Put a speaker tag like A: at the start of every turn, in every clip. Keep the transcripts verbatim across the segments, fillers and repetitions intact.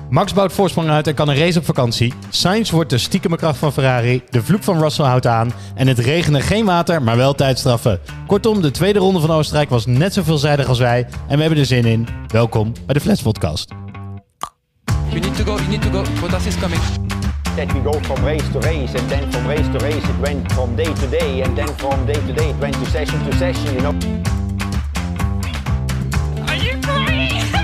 A: Max bouwt voorsprong uit en kan een race op vakantie. Sainz wordt de stiekeme kracht van Ferrari. De vloek van Russell houdt aan. En het regende geen water, maar wel tijdstraffen. Kortom, de tweede ronde van Oostenrijk was net zo veelzijdig als wij. En we hebben er zin in. Welkom bij de Flats Podcast.
B: You need to go, you need to go. Bottas is coming.
C: That we go from race to race, and then from race to race it went from day to day, and then from day to day it went to session to session, you know.
D: Are you free?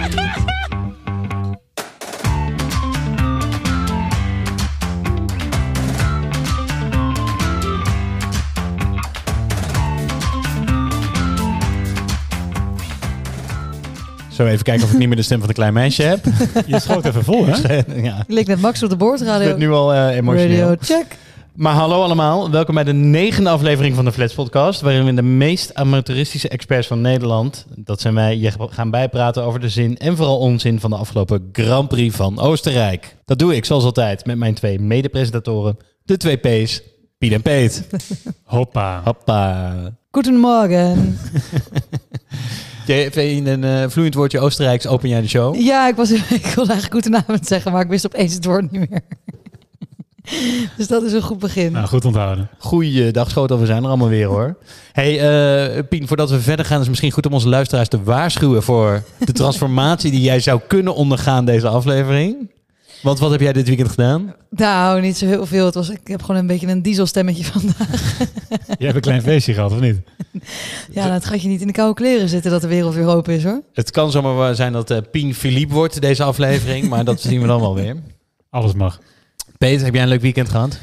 A: Zo, even kijken of ik niet meer de stem van een klein meisje heb.
E: Je schoot even vol, hè?
A: Ja.
F: Je leek net Max op de boordradio.
A: Ik ben nu al uh, emotioneel.
F: Radio check.
A: Maar hallo allemaal, welkom bij de negende aflevering van de Flats Podcast, waarin we de meest amateuristische experts van Nederland, dat zijn wij, je gaan bijpraten over de zin en vooral onzin van de afgelopen Grand Prix van Oostenrijk. Dat doe ik zoals altijd met mijn twee mede-presentatoren, de twee P's, Piet en Peet.
E: Hoppa.
A: Hoppa.
F: Goedemorgen.
A: Even in een uh, vloeiend woordje Oostenrijks open jij de show.
F: Ja, ik, was, ik wilde eigenlijk goedenavond zeggen, maar ik wist opeens het woord niet meer. Dus dat is een goed begin.
E: Nou, goed onthouden.
A: Goeiedag Schotel, we zijn er allemaal weer hoor. Hey uh, Pien, voordat we verder gaan is het misschien goed om onze luisteraars te waarschuwen voor de transformatie die jij zou kunnen ondergaan deze aflevering. Want wat heb jij dit weekend gedaan?
F: Nou, niet zo heel veel. Het was, ik heb gewoon een beetje een dieselstemmetje vandaag.
E: Je hebt een klein feestje gehad, of niet?
F: Ja, nou, het gaat je niet in de koude kleren zitten dat de wereld weer open is hoor.
A: Het kan zomaar zijn dat uh, Pien Philippe wordt deze aflevering, maar dat zien we dan wel weer.
E: Alles mag.
A: Peter, heb jij een leuk weekend gehad?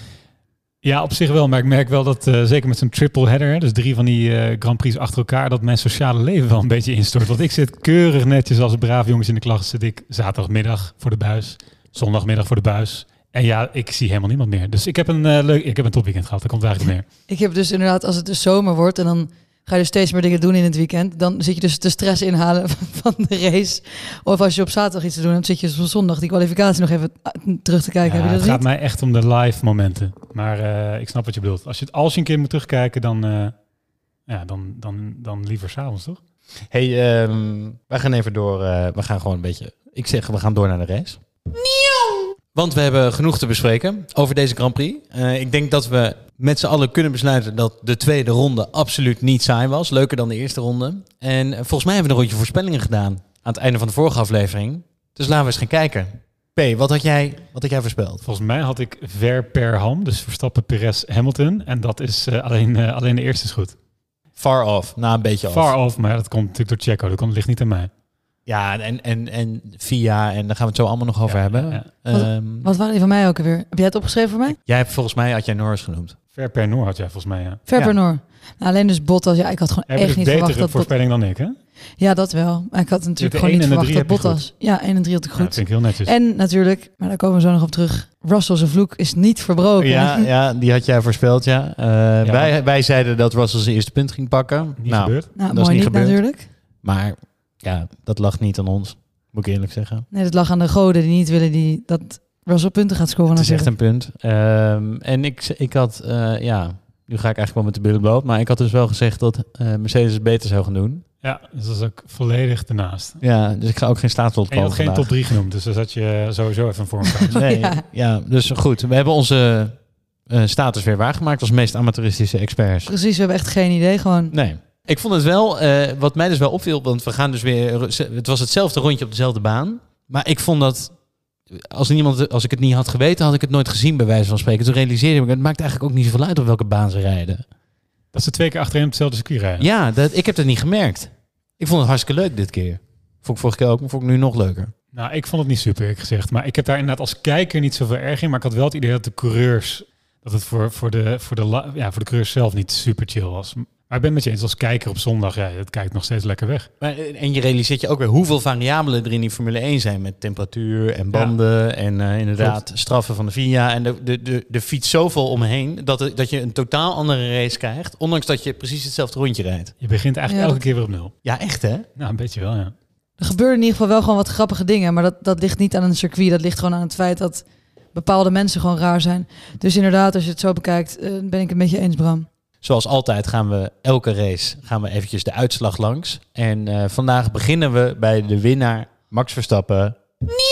E: Ja, op zich wel. Maar ik merk wel dat, uh, zeker met zo'n triple header, dus drie van die uh, Grand Prix achter elkaar, dat mijn sociale leven wel een beetje instort. Want ik zit keurig netjes als een braaf jongens in de klas. Zit ik zaterdagmiddag voor de buis, zondagmiddag voor de buis. En ja, ik zie helemaal niemand meer. Dus ik heb een, uh, leuk, ik heb een topweekend gehad. Dat komt eigenlijk meer.
F: Ik heb dus inderdaad, als het dus zomer wordt en dan ga je dus steeds meer dingen doen in het weekend, dan zit je dus de stress inhalen van de race. Of als je op zaterdag iets te doen hebt, zit je dus op zondag die kwalificatie nog even terug te kijken.
E: Ja,
F: heb je dat
E: het gaat
F: niet?
E: mij echt om de live momenten. Maar uh, ik snap wat je bedoelt. Als je, het, als je een keer moet terugkijken, dan, uh, ja, dan, dan, dan liever 's avonds, toch?
A: Hey, um, wij gaan even door. Uh, we gaan gewoon een beetje. Ik zeg, we gaan door naar de race. Want we hebben genoeg te bespreken over deze Grand Prix. Uh, ik denk dat we met z'n allen kunnen besluiten dat de tweede ronde absoluut niet saai was. Leuker dan de eerste ronde. En uh, volgens mij hebben we een rondje voorspellingen gedaan aan het einde van de vorige aflevering. Dus laten we eens gaan kijken. P, wat had jij, wat had jij voorspeld?
E: Volgens mij had ik ver per ham, dus Verstappen, Perez, Hamilton. En dat is uh, alleen, uh, alleen de eerste is goed.
A: Far off, nou een beetje off.
E: Far off, maar dat komt natuurlijk door Checo. Dat komt, ligt niet aan mij.
A: Ja, en, en, en via, en daar gaan we het zo allemaal nog over
E: Ja,
A: hebben.
E: ja,
F: ja.
A: Um,
F: Wat waren die van mij ook alweer? Heb jij het opgeschreven voor mij?
A: jij hebt volgens mij, had jij Norris genoemd.
E: Ver per Noor had jij volgens mij, ja.
F: Verper
A: Ja.
F: Noor. Nou, alleen dus Bottas. Ja, ik had gewoon
E: Heb
F: echt
E: je
F: niet
E: een
F: verwacht
E: betere
F: dat Bottas...
E: voorspelling dan ik, hè?
F: Ja, dat wel. Maar ik had natuurlijk
E: de
F: gewoon
E: één
F: niet
E: en de
F: verwacht
E: drie
F: dat
E: heb je
F: Bottas... Ja, één en drie had ik
E: Ja,
F: goed.
E: dat vind ik heel netjes.
F: En natuurlijk, maar daar komen we zo nog op terug. Russell zijn vloek is niet verbroken.
A: Ja, ja, die had jij voorspeld, ja. Uh,
E: Ja.
A: wij, wij zeiden dat Russell zijn eerste punt ging pakken.
E: Niet
A: nou,
E: gebeurd.
F: Nou,
A: Dat is
F: mooi
A: niet
F: niet
A: gebeurd.
F: natuurlijk.
A: Maar ja, dat lag niet aan ons, moet ik eerlijk zeggen.
F: Nee, dat lag aan de goden die niet willen die, dat Russell punten gaat scoren.
A: Het is echt
F: natuurlijk.
A: een punt. Um, en ik, ik had, uh, ja, nu ga ik eigenlijk wel met de billen bloot, maar ik had dus wel gezegd dat uh, Mercedes het beter zou gaan doen.
E: Ja, dus dat is ook volledig ernaast.
A: Ja, dus ik ga ook geen staatslot
E: En je
A: komen
E: had geen
A: vandaag.
E: top drie genoemd, dus daar zat je sowieso even voor elkaar.
A: Nee,
F: Ja.
A: ja. ja, dus goed. We hebben onze uh, status weer waargemaakt als meest amateuristische experts.
F: Precies, we hebben echt geen idee gewoon.
A: Nee. Ik vond het wel, uh, wat mij dus wel opviel, want we gaan dus weer, het was hetzelfde rondje op dezelfde baan. Maar ik vond dat, als, niemand, als ik het niet had geweten, had ik het nooit gezien bij wijze van spreken. Toen realiseerde ik me, het maakt eigenlijk ook niet zoveel uit op welke baan ze rijden.
E: Dat ze twee keer achterin op hetzelfde circuit rijden.
A: Ja, dat, ik heb het niet gemerkt. Ik vond het hartstikke leuk dit keer. Vond ik vorige keer ook, maar vond ik nu nog leuker.
E: Nou, ik vond het niet super, eerlijk gezegd. Maar ik heb daar inderdaad als kijker niet zoveel erg in. Maar ik had wel het idee dat de coureurs, dat het voor, voor, de, voor, de, la- ja, voor de coureurs zelf niet super chill was. Maar ik ben met je eens, als kijker op zondag, ja, het kijkt nog steeds lekker weg.
A: Maar, en je realiseert je ook weer hoeveel variabelen er in die Formule één zijn. Met temperatuur en banden ja. en uh, inderdaad Klopt. straffen van de V I A. En de, de, de, de fiets zoveel omheen dat, het, dat je een totaal andere race krijgt. Ondanks dat je precies hetzelfde rondje rijdt.
E: Je begint eigenlijk
F: Ja.
E: elke keer weer op nul.
A: Ja, echt hè?
E: Nou, een beetje wel, ja.
F: Er gebeuren in ieder geval wel gewoon wat grappige dingen. Maar dat, dat ligt niet aan een circuit. Dat ligt gewoon aan het feit dat bepaalde mensen gewoon raar zijn. Dus inderdaad, als je het zo bekijkt, uh, ben ik het met je eens, Bram.
A: Zoals altijd gaan we elke race gaan we eventjes de uitslag langs. En uh, vandaag beginnen we bij de winnaar Max Verstappen. Nieuw!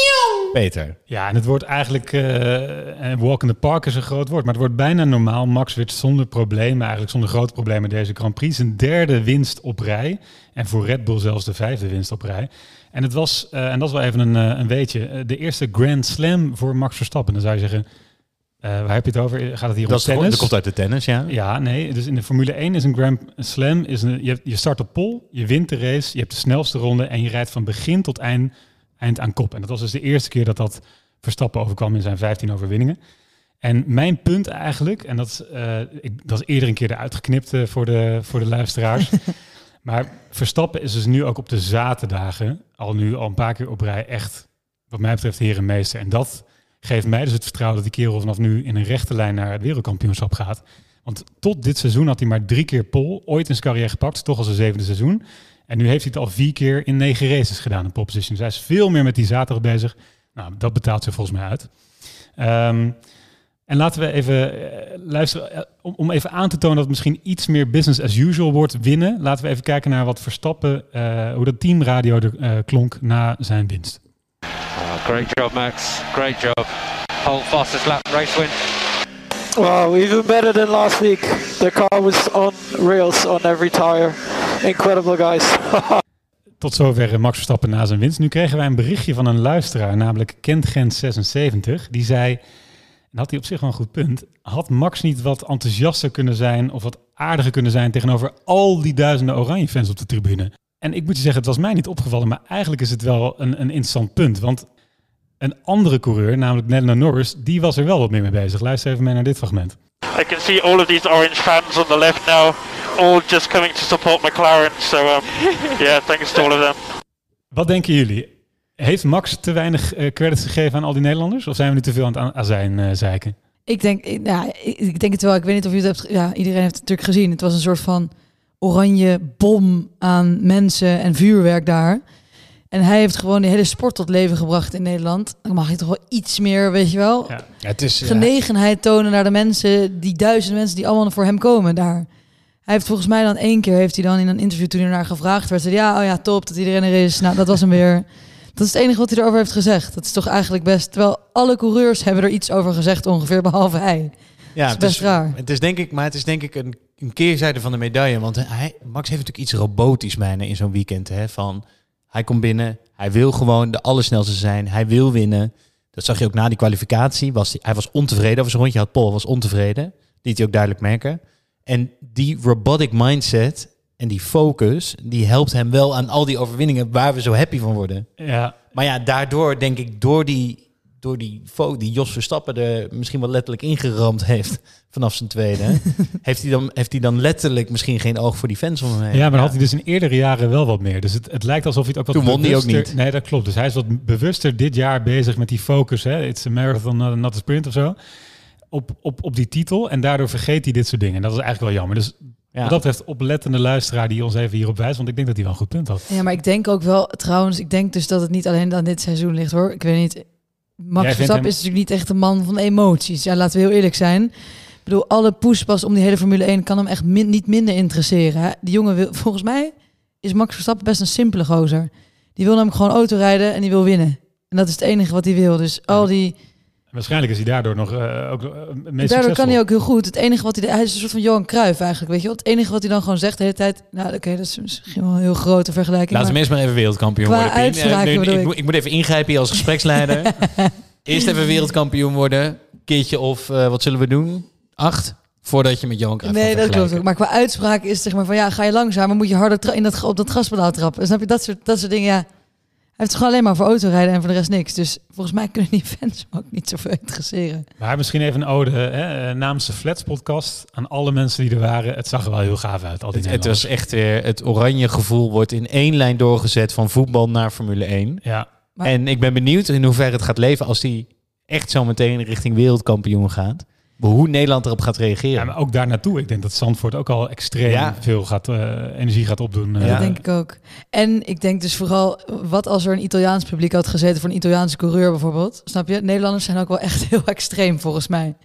A: Peter.
E: Ja, en het wordt eigenlijk... Uh, walk in the park is een groot woord. Maar het wordt bijna normaal. Max werd zonder problemen, eigenlijk zonder grote problemen deze Grand Prix. Zijn derde winst op rij. En voor Red Bull zelfs de vijfde winst op rij. En het was, uh, en dat is wel even een, uh, een weetje, uh, de eerste Grand Slam voor Max Verstappen. Dan zou je zeggen, uh, waar heb je het over? Gaat het hier
A: dat
E: om tennis?
A: Dat komt uit de tennis, ja.
E: Ja, nee. Dus in de Formule één is een Grand Slam, is een, je, je start op pole, je wint de race, je hebt de snelste ronde en je rijdt van begin tot eind, eind aan kop. En dat was dus de eerste keer dat dat Verstappen overkwam in zijn vijftien overwinningen. En mijn punt eigenlijk, en dat is, uh, ik, dat is eerder een keer eruit geknipt uh, voor, de, voor de luisteraars... Maar Verstappen is dus nu ook op de zaterdagen, al nu al een paar keer op rij, echt, wat mij betreft, heer en meester. En dat geeft mij dus het vertrouwen dat die kerel vanaf nu in een rechte lijn naar het wereldkampioenschap gaat. Want tot dit seizoen had hij maar drie keer pole, ooit in zijn carrière gepakt, toch al zijn zevende seizoen. En nu heeft hij het al vier keer in negen races gedaan in pole position. Dus hij is veel meer met die zaterdag bezig. Nou, dat betaalt zich volgens mij uit. Um, En laten we even uh, luisteren, uh, om, om even aan te tonen dat het misschien iets meer business as usual wordt winnen. Laten we even kijken naar wat Verstappen, uh, hoe dat teamradio er, uh, klonk na zijn winst.
D: Oh, great job, Max. Great job. Whole fastest lap race win.
G: Wow, even better than last week. The car was on rails on every tire. Incredible, guys.
E: Tot zover Max Verstappen na zijn winst. Nu kregen wij een berichtje van een luisteraar, namelijk Kent Gent zesenzeventig. Die zei... En had hij op zich wel een goed punt. Had Max niet wat enthousiaster kunnen zijn of wat aardiger kunnen zijn tegenover al die duizenden Oranje-fans op de tribune? En ik moet je zeggen, het was mij niet opgevallen, maar eigenlijk is het wel een, een interessant punt. Want een andere coureur, namelijk Lando Norris, die was er wel wat meer mee bezig. Luister even mee naar dit fragment.
H: I can see all of these orange fans on the left now, all just coming to support McLaren. So um, yeah, thanks to all of them.
E: Wat denken jullie? Heeft Max te weinig uh, credits gegeven aan al die Nederlanders? Of zijn we nu te veel aan het azijn uh, zeiken?
F: Ik denk, ja, ik denk het wel. Ik weet niet of je het hebt... Ja, iedereen heeft het natuurlijk gezien. Het was een soort van oranje bom aan mensen en vuurwerk daar. En hij heeft gewoon de hele sport tot leven gebracht in Nederland. Dan mag je toch wel iets meer, weet je wel...
A: Ja. Ja, het is,
F: genegenheid ja. tonen naar de mensen, die duizenden mensen die allemaal voor hem komen daar. Hij heeft volgens mij dan één keer, heeft hij dan in een interview toen hij naar gevraagd werd, zei ja, oh ja, top dat iedereen er is. Nou, dat was hem weer... Dat is het enige wat hij erover heeft gezegd. Dat is toch eigenlijk best... Terwijl alle coureurs hebben er iets over gezegd ongeveer, behalve hij. Ja, dat is best
A: het is,
F: raar.
A: Het is denk ik, maar het is denk ik een, een keerzijde van de medaille. Want hij, Max heeft natuurlijk iets robotisch bijna in zo'n weekend. Hè, van, hij komt binnen, hij wil gewoon de allersnelste zijn. Hij wil winnen. Dat zag je ook na die kwalificatie. Was hij, hij was ontevreden over zijn rondje. Had Paul was ontevreden. Liet hij ook duidelijk merken. En die robotic mindset... En die focus, die helpt hem wel aan al die overwinningen waar we zo happy van worden.
E: Ja.
A: Maar ja, daardoor denk ik, door die, door die, fo- die Jos Verstappen er misschien wel letterlijk ingeramd heeft vanaf zijn tweede, heeft, hij dan, heeft hij dan letterlijk misschien geen oog voor die fans om hem heen.
E: Ja, maar ja. had hij dus in eerdere jaren wel wat meer. Dus het, het lijkt alsof hij het ook wat
A: Toen
E: bewuster...
A: won hij ook niet.
E: Nee, dat klopt. Dus hij is wat bewuster dit jaar bezig met die focus. Hè? It's a marathon, not a, not a sprint of zo. Op, op, op die titel. En daardoor vergeet hij dit soort dingen. En dat is eigenlijk wel jammer. Dus... Ja. Wat dat betreft oplettende luisteraar die ons even hierop wijst, want ik denk dat hij wel een goed punt had.
F: Ja, maar ik denk ook wel, trouwens, ik denk dus dat het niet alleen aan dit seizoen ligt hoor. Ik weet niet, Max Verstappen hem... is natuurlijk niet echt een man van emoties. Ja, laten we heel eerlijk zijn. Ik bedoel, alle poespas om die hele Formule één kan hem echt min, niet minder interesseren. Hè? Die jongen wil, volgens mij is Max Verstappen best een simpele gozer. Die wil namelijk gewoon auto rijden en die wil winnen. En dat is het enige wat hij wil. Dus al die...
E: Waarschijnlijk is hij daardoor nog uh, ook uh, meest
F: Daardoor
E: succesvol.
F: kan hij ook heel goed. Het enige wat hij... Hij is een soort van Johan Cruijff eigenlijk, weet je wel. Het enige wat hij dan gewoon zegt de hele tijd... Nou, oké, okay, dat is misschien wel een heel grote vergelijking.
A: Laten we eerst maar even wereldkampioen worden, Pien.
F: Ja, nu,
A: ik, ik, ik moet even ingrijpen hier als gespreksleider. Eerst even wereldkampioen worden. Keertje of, uh, wat zullen we doen? Acht? Voordat je met Johan Cruijff
F: Nee, dat klopt ook. Maar qua uitspraak is het zeg maar van... Ja, ga je langzamer, moet je harder tra- in dat, op dat gaspedaal trappen. Snap je? Dat soort, dat soort dingen, ja. Hij heeft gewoon alleen maar voor autorijden en voor de rest niks. Dus volgens mij kunnen die fans ook niet zoveel interesseren.
E: Maar misschien even een ode hè, namens de Flats podcast aan alle mensen die er waren. Het zag er wel heel gaaf uit. Al die
A: het, het was echt weer het oranje gevoel wordt in één lijn doorgezet van voetbal naar Formule één.
E: Ja.
F: Maar...
A: En ik ben benieuwd in hoeverre het gaat leven als die echt zo meteen richting wereldkampioen gaat. Hoe Nederland erop gaat reageren.
E: Ja, maar ook daar naartoe. Ik denk dat Zandvoort ook al extreem ja. veel gaat, uh, energie gaat opdoen. Uh.
F: Ja, dat denk ik ook. En ik denk dus vooral, wat als er een Italiaans publiek had gezeten voor een Italiaanse coureur bijvoorbeeld. Snap je? Nederlanders zijn ook wel echt heel extreem volgens mij.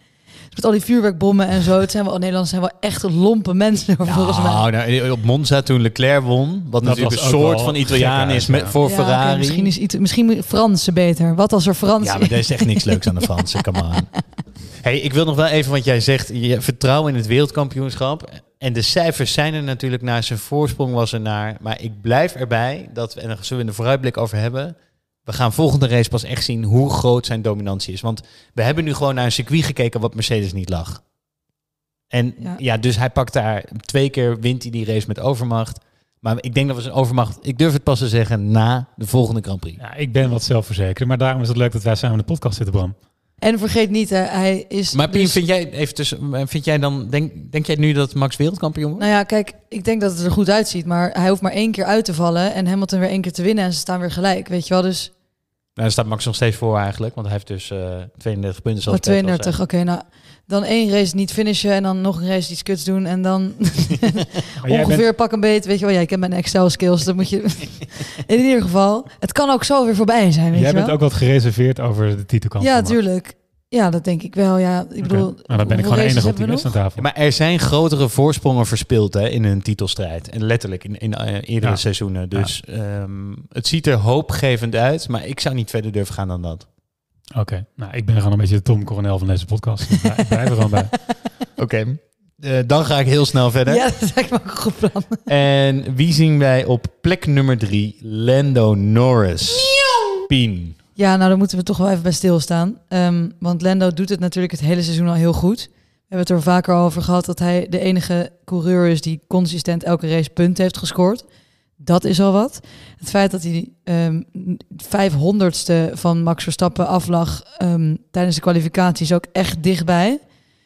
F: Met al die vuurwerkbommen en zo. Het zijn wel, Nederlanders zijn wel echt lompe mensen, volgens mij.
A: Nou, nou, op Monza toen Leclerc won, wat
E: Dat
A: natuurlijk
E: was
A: een
E: ook
A: soort
E: wel
A: van Italiaan
E: gek
A: is
E: uit,
A: met,
E: ja.
A: voor
F: Ja,
A: Ferrari.
F: oké, misschien is Ita- misschien Fransen beter. Wat als er Fransen...
A: Ja, maar er is echt niks leuks aan de Fransen, come on. Hey, ik wil nog wel even, want jij zegt, je vertrouwen in het wereldkampioenschap. En de cijfers zijn er natuurlijk naar, zijn voorsprong was er naar. Maar ik blijf erbij, dat we, en daar zullen we in de vooruitblik over hebben. We gaan volgende race pas echt zien hoe groot zijn dominantie is. Want we hebben nu gewoon naar een circuit gekeken wat Mercedes niet lag. En ja,
F: Ja.
A: dus hij pakt daar twee keer, wint hij die race met overmacht. Maar ik denk dat we zijn overmacht, ik durf het pas te zeggen, na de volgende Grand Prix.
E: Ja, ik ben wat zelfverzekerd, maar daarom is het leuk dat wij samen in de podcast zitten, Bram.
F: En vergeet niet, hè, hij is...
A: Maar Pien,
F: dus-
A: vind jij even tussen, vind jij dan, denk, denk jij nu dat Max wereldkampioen wordt?
F: Nou ja, kijk, ik denk dat het er goed uitziet. Maar hij hoeft maar één keer uit te vallen en Hamilton weer één keer te winnen. En ze staan weer gelijk, weet je wel. Dus
A: Nou, daar staat Max nog steeds voor eigenlijk, want hij heeft dus uh, tweeëndertig punten. Zoals
F: oh, tweeëndertig, oké. nou, dan één race niet finishen en dan nog een race iets kuts doen. En dan
E: Maar jij
F: ongeveer
E: bent-
F: pak een beet. Weet je wel, ja, ik heb mijn Excel skills. Dat moet je... In ieder geval, het kan ook zo weer voorbij zijn, weet
E: Jij
F: je wel.
E: bent ook wat gereserveerd over de titelkans.
F: Ja,
E: van Max.
F: tuurlijk. Ja, dat denk ik wel. Ja, ik bedoel,
E: Oké. Maar dan ben ik
F: hoeveel
E: gewoon
F: races
E: enig op die
F: hebben we
E: rest aan
F: nog?
E: tafel.
A: Maar er zijn grotere voorsprongen verspeeld hè, in een titelstrijd. En letterlijk in, in uh, eerdere
E: Ja.
A: seizoenen. Dus um, het ziet er hoopgevend uit, maar ik zou niet verder durven gaan dan dat.
E: Oké, okay. Nou, ik ben gewoon een beetje de Tom Coronel van deze podcast. Ik blijf- ik blijf er gewoon bij.
A: Oké, okay. uh, dan ga ik heel snel verder.
F: Ja, dat lijkt me ook een goed plan.
A: En wie zien wij op plek nummer drie? Lando Norris. Pien.
F: Ja, nou, daar moeten we toch wel even bij stilstaan. Um, want Lando doet het natuurlijk het hele seizoen al heel goed. We hebben het er vaker al over gehad dat hij de enige coureur is die consistent elke race punten heeft gescoord. Dat is al wat. Het feit dat hij um, vijfhonderdste van Max Verstappen aflag um, tijdens de kwalificatie is ook echt dichtbij.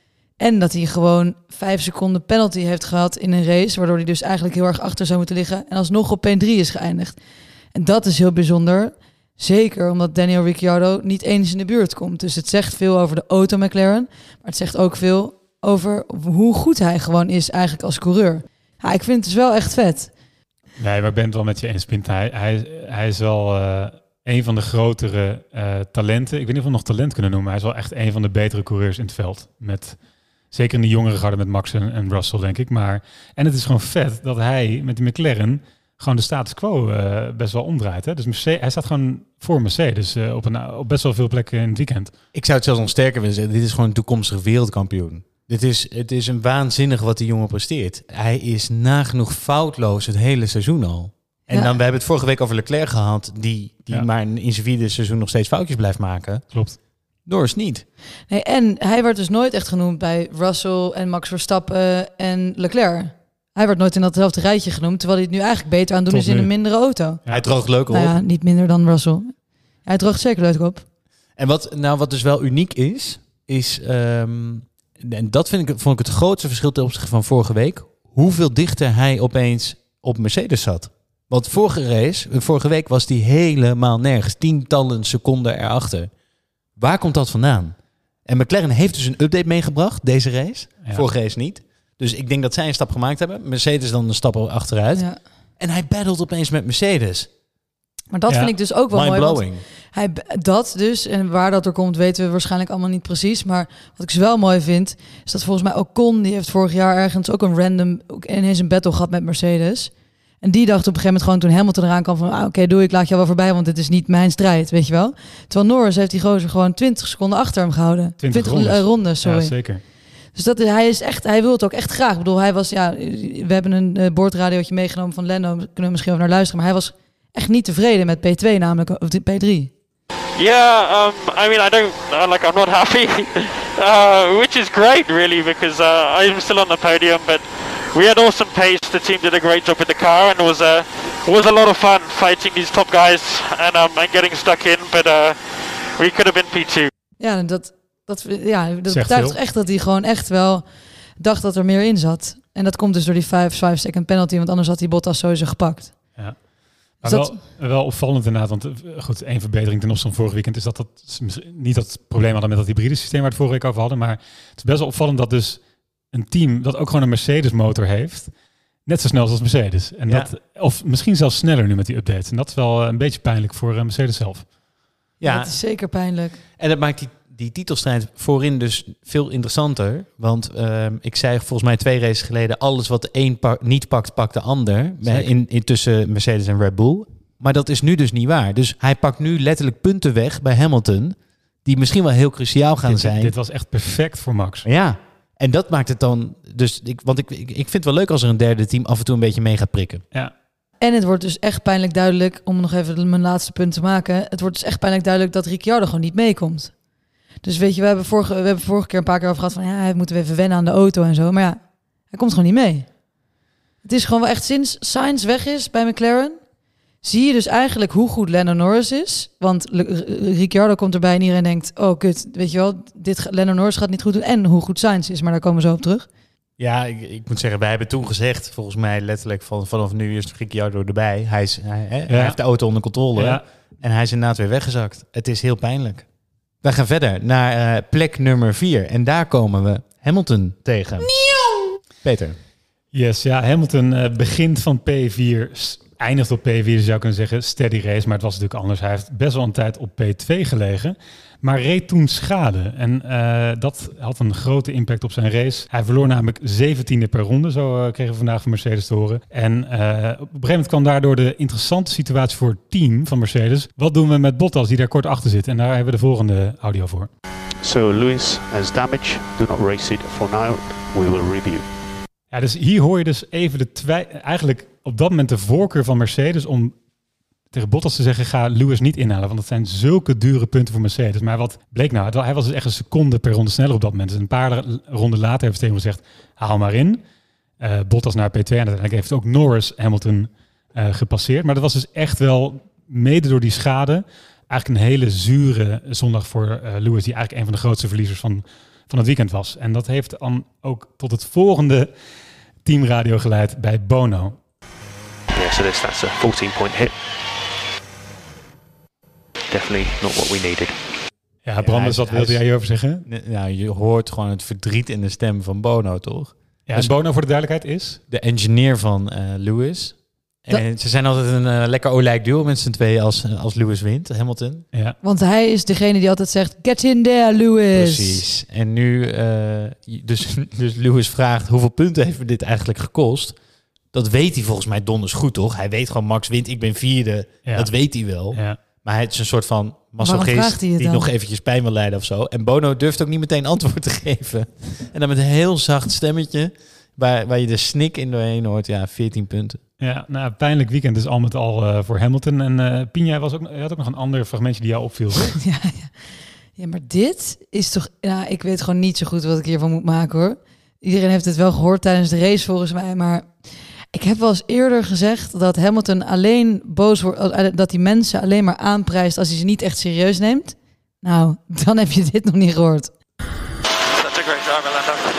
F: En dat hij gewoon vijf seconden penalty heeft gehad in een race, waardoor hij dus eigenlijk heel erg achter zou moeten liggen en alsnog op P drie is geëindigd. En dat is heel bijzonder. Zeker omdat Daniel Ricciardo niet eens in de buurt komt. Dus het zegt veel over de auto McLaren. Maar het zegt ook veel over hoe goed hij gewoon is eigenlijk als coureur. Ja, ik vind het dus wel echt vet.
E: Nee, maar ik ben het wel met je eens, Pint. Hij, hij, hij is wel uh, een van de grotere uh, talenten. Ik weet niet of we hem nog talent kunnen noemen. Hij is wel echt een van de betere coureurs in het veld. Met, zeker in de jongere garde met Max en, en Russell, denk ik. Maar, en het is gewoon vet dat hij met de McLaren gewoon de status quo uh, best wel omdraait. Hè? Dus Mercedes, hij staat gewoon voor Mercedes uh, op, een, op best wel veel plekken in het weekend.
A: Ik zou het zelfs nog sterker willen zeggen. Dit is gewoon een toekomstig wereldkampioen. Dit is, het is een waanzinnig wat die jongen presteert. Hij is nagenoeg foutloos het hele seizoen al. En
F: Ja.
A: dan, we hebben het vorige week over Leclerc gehad, die, die
E: Ja.
A: maar in zijn vierde seizoen nog steeds foutjes blijft maken.
E: Klopt.
A: Norris niet.
F: Nee, en hij werd dus nooit echt genoemd bij Russell en Max Verstappen en Leclerc. Hij werd nooit in datzelfde rijtje genoemd, terwijl hij het nu eigenlijk beter aan het doen
E: Tot
F: is in
E: nu.
F: een mindere auto.
E: Ja.
A: Hij droogt leuk op.
F: Nou ja, niet minder dan Russell. Hij droogt zeker leuk op.
A: En wat, nou, wat dus wel uniek is, is... Um, en dat vind ik, vond ik het grootste verschil ten opzichte van vorige week. Hoeveel dichter hij opeens op Mercedes zat. Want vorige race, vorige week was hij helemaal nergens. Tientallen seconden erachter. Waar komt dat vandaan? En McLaren heeft dus een update meegebracht, deze race.
E: Ja.
A: Vorige race niet. Dus ik denk dat zij een stap gemaakt hebben. Mercedes dan een stap achteruit.
F: Ja.
A: En hij battelt opeens met Mercedes.
F: Maar dat
E: Ja.
F: vind ik dus ook wel mooi. want
A: Mind-blowing.
F: Hij, dat dus, en waar dat er komt weten we waarschijnlijk allemaal niet precies. Maar wat ik dus wel mooi vind, is dat volgens mij Ocon, die heeft vorig jaar ergens ook een random, ook ineens een battle gehad met Mercedes. En die dacht op een gegeven moment gewoon toen Hamilton eraan kwam van, ah, oké, okay, doe ik laat jou wel voorbij, want dit is niet mijn strijd, weet je wel. Terwijl Norris heeft die gozer gewoon twintig seconden achter hem gehouden.
E: twintig
F: twintig
E: rondes.
F: uh, rondes, sorry.
E: Ja, zeker.
F: Dus dat, hij is echt, hij wil het ook echt graag. Ik bedoel, hij was, ja, we hebben een uh, boordradiootje meegenomen van Lando, daar kunnen we misschien over naar luisteren, maar hij was echt niet tevreden met P twee namelijk, of P drie.
H: Yeah, um, I mean, I don't, uh, like, I'm not happy, uh, which is great, really, because uh, I'm still on the podium, but we had awesome pace. The team did a great job with the car, and it was, uh, it was a lot of fun fighting these top guys and, um, and getting stuck in, but uh, we could have been P two.
F: Ja, en dat, dat, ja, dat
E: Zegt
F: betuigt
E: veel.
F: echt dat hij gewoon echt wel dacht dat er meer in zat. En dat komt dus door die vijf second penalty, want anders had hij Bottas sowieso gepakt.
E: Ja.
F: Dus
E: Maar
F: dat-
E: wel, wel opvallend inderdaad, want uh, goed, één verbetering ten opzichte van vorig weekend is dat dat ze misschien niet dat probleem hadden met dat hybride systeem waar we het vorige week over hadden, maar het is best wel opvallend dat dus een team dat ook gewoon een Mercedes motor heeft, net zo snel als Mercedes. En
A: Ja.
E: dat, of misschien zelfs sneller nu met die updates. En dat is wel uh, een beetje pijnlijk voor uh, Mercedes zelf.
F: Ja.
A: Ja,
F: Het is zeker pijnlijk.
A: en dat maakt die, die titelstrijd voorin dus veel interessanter. Want uh, ik zei volgens mij twee races geleden... alles wat de een pa- niet pakt, pakt de ander. In, in tussen Mercedes en Red Bull. Maar dat is nu dus niet waar. Dus hij pakt nu letterlijk punten weg bij Hamilton... die misschien wel heel cruciaal gaan
E: dit,
A: zijn.
E: Dit was echt perfect voor Max.
A: Ja, en dat maakt het dan... Dus ik, want ik, ik, ik vind het wel leuk als er een derde team af en toe een beetje mee gaat prikken.
E: Ja.
F: En het wordt dus echt pijnlijk duidelijk, om nog even mijn laatste punt te maken. Het wordt dus echt pijnlijk duidelijk dat Ricciardo gewoon niet meekomt. Dus weet je, we hebben vorige, we hebben vorige keer een paar keer over gehad van... ja, hij moet even wennen aan de auto en zo. Maar ja, hij komt gewoon niet mee. Het is gewoon wel echt sinds Sainz weg is bij McLaren... zie je dus eigenlijk hoe goed Lando Norris is. Want Ricciardo komt erbij en iedereen denkt... oh, kut, weet je wel, dit, Lando Norris gaat niet goed doen. En hoe goed Sainz is, maar daar komen we zo op terug.
A: Ja, ik, ik moet zeggen, wij hebben toen gezegd... volgens mij letterlijk van, vanaf nu is Ricciardo erbij. Hij, is, hij, hè,
E: Ja.
A: hij heeft de auto onder controle.
E: Ja.
A: En hij is inderdaad weer weggezakt. Het is heel pijnlijk. Wij gaan verder naar uh, plek nummer vier. En daar komen we Hamilton tegen. Nieuw! Peter.
E: Yes, ja, Hamilton uh, begint van P vier... eindigt op P vier, dus zou ik kunnen zeggen steady race. Maar het was natuurlijk anders. Hij heeft best wel een tijd op P twee gelegen. Maar reed toen schade. En uh, dat had een grote impact op zijn race. Hij verloor namelijk zeventiende per ronde. Zo uh, kregen we vandaag van Mercedes te horen. En uh, op een gegeven moment kwam daardoor de interessante situatie voor het team van Mercedes. Wat doen we met Bottas die daar kort achter zit? En daar hebben we de volgende audio voor.
I: So Lewis has damage. Do not race it for now. We will review.
E: Ja, dus hier hoor je dus even de twij... Eigenlijk op dat moment de voorkeur van Mercedes om tegen Bottas te zeggen, ga Lewis niet inhalen. Want dat zijn zulke dure punten voor Mercedes. Maar wat bleek nou? Hij was dus echt een seconde per ronde sneller op dat moment. Dus een paar ronden later heeft Steven gezegd, haal maar in. Uh, Bottas naar P twee en uiteindelijk heeft ook Norris Hamilton uh, gepasseerd. Maar dat was dus echt wel, mede door die schade, eigenlijk een hele zure zondag voor uh, Lewis, die eigenlijk een van de grootste verliezers van, van het weekend was. En dat heeft dan ook tot het volgende teamradio geleid bij Bono.
I: Yeah, so this, that's a fourteen point hit. Definitely not what we needed.
E: Ja, Brandes, wat wilde jij hierover zeggen?
A: Nou, je hoort gewoon het verdriet in de stem van Bono, toch?
E: Ja,
A: dus
E: Bono, voor de duidelijkheid, is?
A: De engineer van uh, Lewis. En dat... ze zijn altijd een uh, lekker olijk duo met z'n tweeën als, als Lewis wint, Hamilton.
F: Ja. Want hij is degene die altijd zegt, get in there, Lewis.
A: Precies. En nu, uh, dus, dus Lewis vraagt, hoeveel punten heeft me dit eigenlijk gekost? Dat weet hij volgens mij donders goed, toch? Hij weet gewoon, Max wint, ik ben vierde. Ja. Dat weet hij wel. Ja. Maar hij is een soort van masochist die dan nog eventjes pijn wil leiden of zo. En Bono durft ook niet meteen antwoord te geven. En dan met een heel zacht stemmetje, waar, waar je de snik in doorheen hoort. Ja, veertien punten.
E: Ja, nou, pijnlijk weekend dus al met al uh, voor Hamilton. En uh, Pien, was ook, je had ook nog een ander fragmentje die jou opviel.
F: ja, ja. ja, maar dit is toch... Nou, ik weet gewoon niet zo goed wat ik hiervan moet maken, hoor. Iedereen heeft het wel gehoord tijdens de race, volgens mij, maar... Ik heb wel eens eerder gezegd dat Hamilton alleen boos wordt, dat hij mensen alleen maar aanprijst als hij ze niet echt serieus neemt. Nou, dan heb je dit nog niet gehoord.
B: That's a great driver,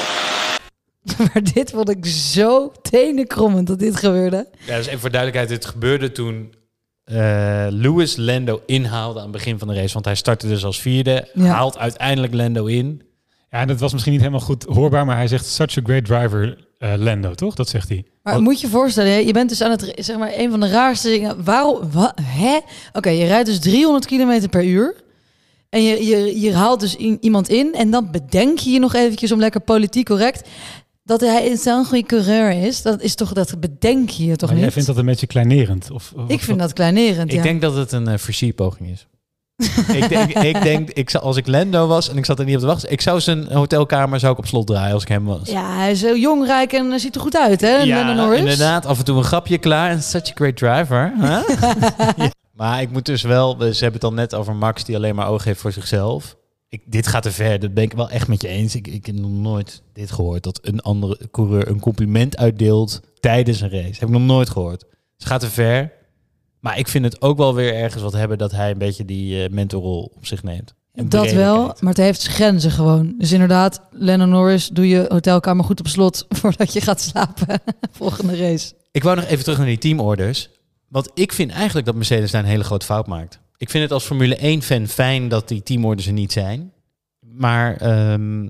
B: Lando.
F: Maar dit vond ik zo tenenkrommend dat dit gebeurde.
A: Ja, dus even voor duidelijkheid, het gebeurde toen uh, Lewis Lando inhaalde aan het begin van de race. Want hij startte dus als vierde, ja. haalt uiteindelijk Lando in.
E: Ja, en dat was misschien niet helemaal goed hoorbaar, maar hij zegt such a great driver, uh, Lando, toch? Dat zegt hij.
F: Maar Wat? Moet je je voorstellen, je bent dus aan het, zeg maar, een van de raarste dingen. Waarom? Wat? Hè? Oké, okay, je rijdt dus driehonderd kilometer per uur. En je, je, je haalt dus in, iemand in. En dan bedenk je je nog eventjes om lekker politiek correct. Dat hij zo'n goede coureur is. Dat is toch, dat bedenk je je toch
E: maar
F: niet?
E: Jij vindt dat een beetje kleinerend? Of, of
F: ik vind dat kleinerend,
A: Ik
F: ja.
A: denk dat het een uh, versierpoging is. ik denk, ik denk ik zou, als ik Lando was en ik zat er niet op te wachten, ik zou zijn hotelkamer zou ik op slot draaien als ik hem was.
F: Ja, hij is heel jong, rijk en ziet er goed uit, hè?
A: Ja,
F: Lando Norris.
A: Inderdaad. Af en toe een grapje klaar. En such a great driver. Huh? ja. Maar ik moet dus wel, ze hebben het dan net over Max die alleen maar oog heeft voor zichzelf. Ik, dit gaat te ver, dat ben ik wel echt met je eens. Ik, ik heb nog nooit dit gehoord, dat een andere coureur een compliment uitdeelt tijdens een race. Dat heb ik nog nooit gehoord. Het gaat te ver. Maar ik vind het ook wel weer ergens wat hebben dat hij een beetje die uh, mentorrol op zich neemt.
F: Dat wel, kijkt. Maar het heeft grenzen gewoon. Dus inderdaad, Lando Norris, doe je hotelkamer goed op slot voordat je gaat slapen. Volgende race.
A: Ik wou nog even terug naar die teamorders. Want ik vind eigenlijk dat Mercedes daar een hele grote fout maakt. Ik vind het als Formule één fan fijn dat die teamorders er niet zijn. Maar um,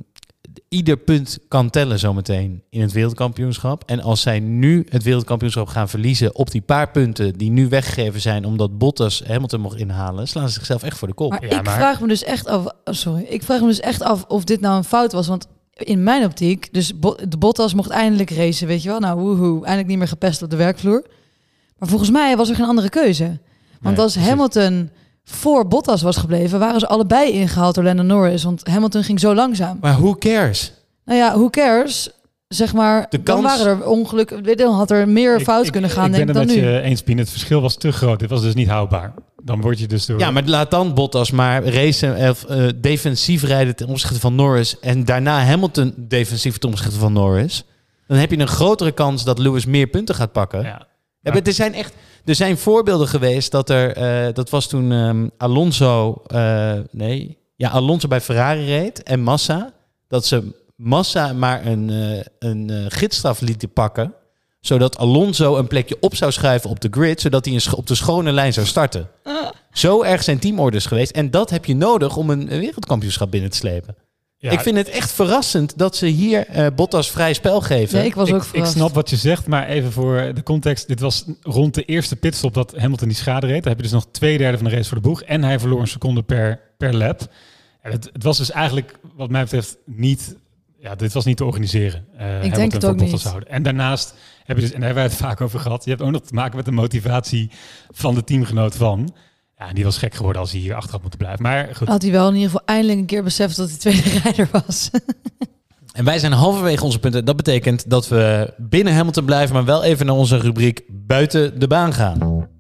A: ieder punt kan tellen zometeen in het wereldkampioenschap. En als zij nu het wereldkampioenschap gaan verliezen op die paar punten die nu weggegeven zijn omdat Bottas Hamilton mocht inhalen, slaan ze zichzelf echt voor de kop.
F: Maar
E: Ja,
F: ik
E: maar-
F: vraag me dus echt af, oh, sorry, ik vraag me dus echt af of dit nou een fout was, want in mijn optiek, dus Bo- de Bottas mocht eindelijk racen, weet je wel, nou woehoe, eindelijk niet meer gepest op de werkvloer. Maar volgens mij was er geen andere keuze. Want
E: Nee,
F: als
E: precies.
F: Hamilton voor Bottas was gebleven, waren ze allebei ingehaald door Lando Norris, want Hamilton ging zo langzaam.
A: Maar who cares?
F: Nou ja, who cares? Zeg maar,
A: De
F: dan
A: kans-
F: waren er ongelukken, dan had er meer
E: Ik-
F: fout
E: ik-
F: kunnen gaan,
E: ik
F: denk
E: ben
F: ik,
E: het
F: dan
E: met
F: nu.
E: je eens, Pien. Het verschil was te groot. Dit was dus niet houdbaar. Dan word je dus door...
A: Ja, maar laat dan Bottas maar racen of uh, defensief rijden ten opzichte van Norris en daarna Hamilton defensief ten opzichte van Norris. Dan heb je een grotere kans dat Lewis meer punten gaat pakken.
E: Ja.
A: Ja, maar er zijn echt, er zijn voorbeelden geweest dat er, uh, dat was toen um, Alonso, uh, nee, ja, Alonso bij Ferrari reed en Massa, dat ze Massa maar een, uh, een uh, gidsstraf lieten pakken, zodat Alonso een plekje op zou schuiven op de grid, zodat hij een sch- op de schone lijn zou starten.
F: Ah.
A: Zo erg zijn teamorders geweest en dat heb je nodig om een, een wereldkampioenschap binnen te slepen.
E: Ja,
A: Ik vind het echt verrassend dat ze hier uh, Bottas vrij spel geven.
F: Ja, ik was ook
E: ik, ik
F: verrast.
E: snap wat je zegt, maar even voor de context. Dit was rond de eerste pitstop dat Hamilton die schade reed. Dan heb je dus nog twee derde van de race voor de boeg. En hij verloor een seconde per, per lap. En het, het was dus eigenlijk, wat mij betreft, niet... Ja, dit was niet te organiseren. Uh, Hamilton
F: denk het
E: voor
F: ook
E: Bottas
F: niet.
E: houden. En daarnaast heb je dus, en daar hebben we het vaak over gehad, je hebt ook nog te maken met de motivatie van de teamgenoot van. Ja, en die was gek geworden als hij hier achteraf moet blijven. Maar goed.
F: Had hij wel in ieder geval eindelijk een keer beseft dat hij tweede rijder was.
A: En wij zijn halverwege onze punten. Dat betekent dat we binnen Hamilton blijven, maar wel even naar onze rubriek buiten de baan gaan.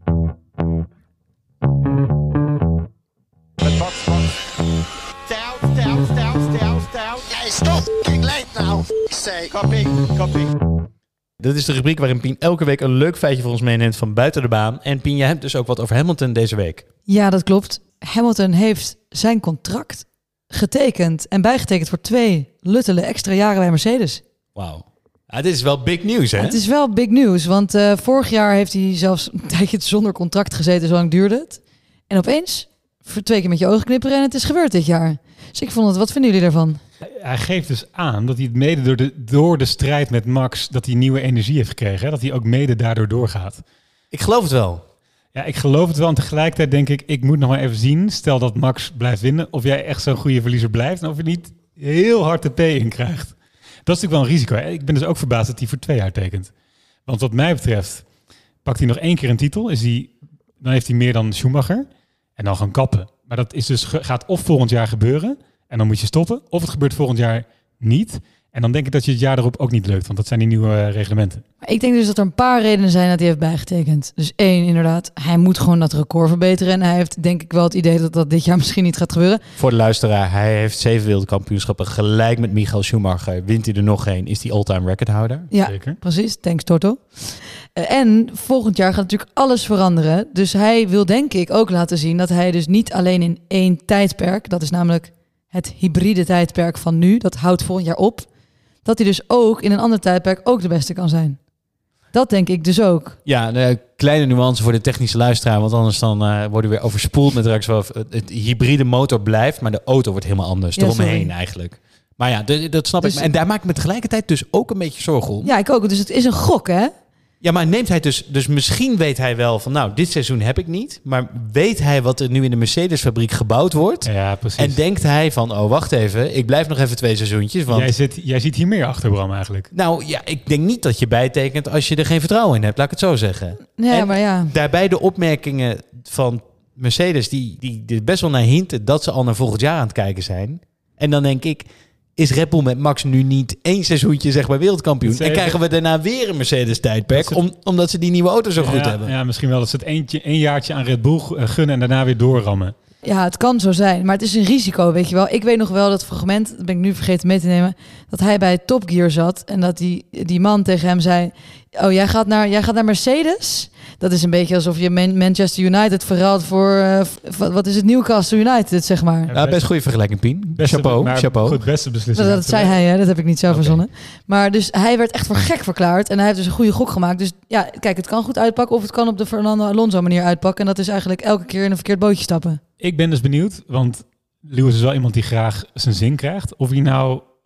J: Box, box. Down, down, down, down, down. Hey, stop! Fucking late now. Say. Copy, copy.
A: Dat is de rubriek waarin Pien elke week een leuk feitje voor ons meeneemt van buiten de baan. En Pien, jij hebt dus ook wat over Hamilton deze week.
F: Ja, dat klopt. Hamilton heeft zijn contract getekend en bijgetekend voor twee luttele extra jaren bij Mercedes.
A: Wauw. Ja, dit is wel big news, hè?
F: Het is wel big news, want uh, vorig jaar heeft hij zelfs een tijdje zonder contract gezeten, zo lang duurde het. En opeens, voor twee keer met je ogen knipperen en het is gebeurd dit jaar. Dus ik vond het, wat vinden jullie daarvan?
E: Hij geeft dus aan dat hij het mede door de, door de strijd met Max, dat hij nieuwe energie heeft gekregen. Hè? Dat hij ook mede daardoor doorgaat.
A: Ik geloof het wel.
E: Ja, ik geloof het wel. En tegelijkertijd denk ik, ik moet nog maar even zien, stel dat Max blijft winnen, of jij echt zo'n goede verliezer blijft en of je niet heel hard de P in krijgt. Dat is natuurlijk wel een risico. Hè? Ik ben dus ook verbaasd dat hij voor twee jaar tekent. Want wat mij betreft, pakt hij nog één keer een titel, is hij, dan heeft hij meer dan Schumacher en dan gaan kappen. Maar dat is dus, gaat of volgend jaar gebeuren en dan moet je stoppen, of het gebeurt volgend jaar niet. En dan denk ik dat je het jaar erop ook niet lukt, want dat zijn die nieuwe uh, reglementen.
F: Maar ik denk dus dat er een paar redenen zijn dat hij heeft bijgetekend. Dus één, inderdaad, hij moet gewoon dat record verbeteren. En hij heeft denk ik wel het idee dat dat dit jaar misschien niet gaat gebeuren.
A: Voor de luisteraar, hij heeft zeven wereldkampioenschappen gelijk met Michael Schumacher. Wint hij er nog één, is hij all-time recordhouder.
F: Ja,
E: Zeker.
F: precies. Thanks Toto. Uh, en volgend jaar gaat natuurlijk alles veranderen. Dus hij wil denk ik ook laten zien dat hij dus niet alleen in één tijdperk, dat is namelijk het hybride tijdperk van nu, dat houdt volgend jaar op, dat hij dus ook in een ander tijdperk ook de beste kan zijn. Dat denk ik dus ook.
A: Ja, een kleine nuance voor de technische luisteraar, want anders dan uh, worden we weer overspoeld met straks wel. Het hybride motor blijft, maar de auto wordt helemaal anders.
F: Ja,
A: eromheen
F: sorry.
A: eigenlijk. Maar ja, d- dat snap
F: Dus-
A: ik. En daar maak ik me tegelijkertijd dus ook een beetje zorgen om.
F: Ja, ik ook. Dus het is een gok, hè?
A: Ja, maar neemt hij dus... Dus misschien weet hij wel van, nou, dit seizoen heb ik niet. Maar weet hij wat er nu in de Mercedes-fabriek gebouwd wordt?
E: Ja, precies.
A: En denkt hij van, oh, wacht even. Ik blijf nog even twee seizoentjes. Want
E: Jij, zit, jij ziet hier meer achter, Bram, eigenlijk.
A: nou ja, ik denk niet dat je bijtekent als je er geen vertrouwen in hebt. Laat ik het zo zeggen.
F: Ja,
A: En
F: maar ja.
A: Daarbij de opmerkingen van Mercedes, die, die, die best wel naar hinten dat ze al naar volgend jaar aan het kijken zijn. En dan denk ik, is Red Bull met Max nu niet één seizoentje zeg maar wereldkampioen?
E: Dat ze
A: En
E: even-
A: krijgen we daarna weer een Mercedes-tijdperk,
E: Dat ze-
A: om, omdat ze die nieuwe auto zo goed
E: ja,
A: hebben?
E: Ja, misschien wel dat ze het eentje, een jaartje aan Red Bull uh, gunnen en daarna weer doorrammen.
F: Ja, het kan zo zijn. Maar het is een risico, weet je wel. Ik weet nog wel dat fragment, dat ben ik nu vergeten mee te nemen, dat hij bij Top Gear zat en dat die, die man tegen hem zei, oh, jij gaat naar, jij gaat naar Mercedes? Dat is een beetje alsof je Man- Manchester United verruilt voor, uh, v- wat is het, Newcastle United, zeg maar.
A: Ja, best goede vergelijking, Pien.
E: Beste,
A: chapeau,
E: maar
A: chapeau.
E: Goed, beste beslissing.
F: Dat, dat zei hij, hè? Dat heb ik niet zelf
E: Oké.
F: verzonnen. Maar dus hij werd echt voor gek verklaard. En hij heeft dus een goede gok gemaakt. Dus ja, kijk, het kan goed uitpakken of het kan op de Fernando Alonso manier uitpakken. En dat is eigenlijk elke keer in een verkeerd bootje stappen.
E: Ik ben dus benieuwd, want Lewis is wel iemand die graag zijn zin krijgt. Of hij nou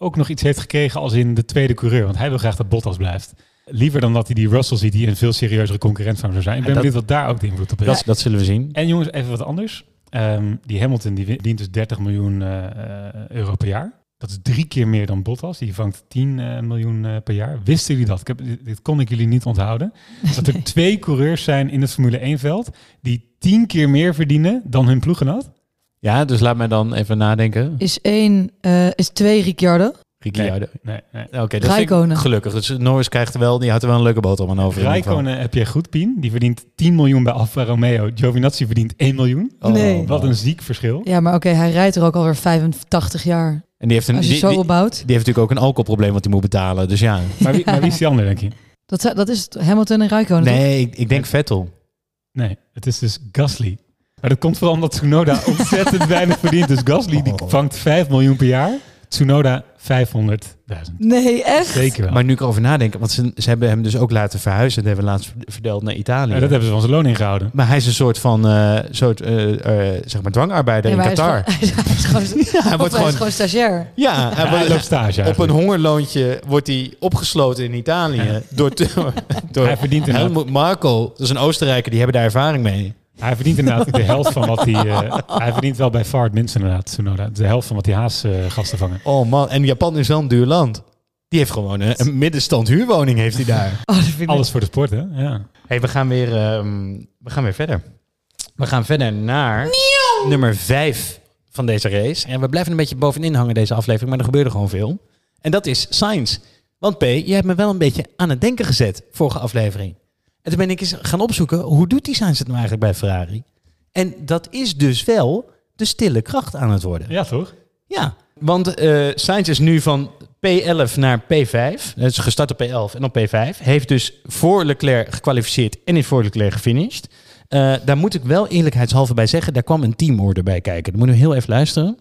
E: ook nog iets heeft gekregen als in de tweede coureur. Want hij wil graag dat Bottas blijft. Liever dan dat hij die Russell ziet die een veel serieuzere concurrent van zou zijn. Ik ben
A: Ja, dat,
E: benieuwd wat daar ook de invloed op is.
A: Dat, dat zullen we zien.
E: En jongens, even wat anders. Um, die Hamilton die dient dus dertig miljoen uh, euro per jaar. Dat is drie keer meer dan Bottas. Die vangt tien uh, miljoen uh, per jaar. Wisten jullie dat? Ik heb, dit kon ik jullie niet onthouden. Dat er nee. twee coureurs zijn in het Formule één veld die tien keer meer verdienen dan hun ploeggenoot.
A: Ja, dus laat mij dan even nadenken.
F: Is één, uh, is twee Ricciardo?
A: Ricciardo.
E: Nee, nee,
A: nee. Oké, okay, dat vind ik gelukkig. Dus Norris krijgt wel, die had er wel een leuke boterham aan over.
E: Raikkonen heb je goed, Pien. Die verdient tien miljoen bij Alfa Romeo. Giovinazzi verdient één miljoen.
F: Oh, nee.
E: Wat een ziek verschil.
F: Ja, maar oké, okay, hij rijdt er ook alweer vijfentachtig jaar.
A: En die heeft een,
F: Als je
A: die,
F: zo
A: die,
F: opbouwt.
A: Die heeft natuurlijk ook een alcoholprobleem wat hij moet betalen. Dus ja.
E: Maar wie, maar wie is die ander, denk je?
F: Dat, dat is Hamilton en Raikkonen.
A: Nee, ik, ik denk Vettel.
E: Nee, het is dus Gasly. Maar dat komt vooral omdat Tsunoda ontzettend weinig verdient. Dus Gasly die vangt vijf miljoen per jaar. Tsunoda vijfhonderdduizend.
F: Nee, echt?
E: Zeker wel.
A: Maar nu ik erover nadenken, want ze, ze hebben hem dus ook laten verhuizen. Dat hebben we laatst verteld naar Italië.
E: Ja, dat hebben ze van zijn loon ingehouden.
A: Maar hij is een soort van uh, soort, uh, uh, zeg maar dwangarbeider ja, in Qatar.
F: Hij is gewoon, hij is gewoon, ja, hij wordt hij gewoon, is gewoon stagiair.
A: Ja, hij,
E: ja,
A: wordt,
E: hij loopt stage
A: op een hongerloontje wordt hij opgesloten in Italië. Ja. Door, door
E: hij verdient
A: Helmut Marko. Dat is een Oostenrijker, die hebben daar ervaring mee.
E: Hij verdient inderdaad de helft van wat hij... Uh, hij verdient wel bij Far het minst inderdaad, Tsunoda. De helft van wat die Haas uh, gasten vangen.
A: Oh man, en Japan is wel een duur land. Die heeft gewoon een, een middenstand huurwoning heeft hij daar.
E: Oh, alles voor de sport, hè? Ja.
A: Hey, we gaan weer, um, we gaan weer verder. We gaan verder naar Nieuw. nummer vijf van deze race. En we blijven een beetje bovenin hangen deze aflevering, maar er gebeurde gewoon veel. En dat is Sainz. Want P, je hebt me wel een beetje aan het denken gezet, vorige aflevering. En toen ben ik eens gaan opzoeken, hoe doet die Sainz het nou eigenlijk bij Ferrari? En dat is dus wel de stille kracht aan het worden.
E: Ja, toch?
A: Ja, want uh, Sainz is nu van P elf naar P vijf. Het is gestart op P elf en op P vijf. Heeft dus voor Leclerc gekwalificeerd en is voor Leclerc gefinished. Uh, daar moet ik wel eerlijkheidshalve bij zeggen, daar kwam een teamorder bij kijken. Dan moeten we heel even luisteren.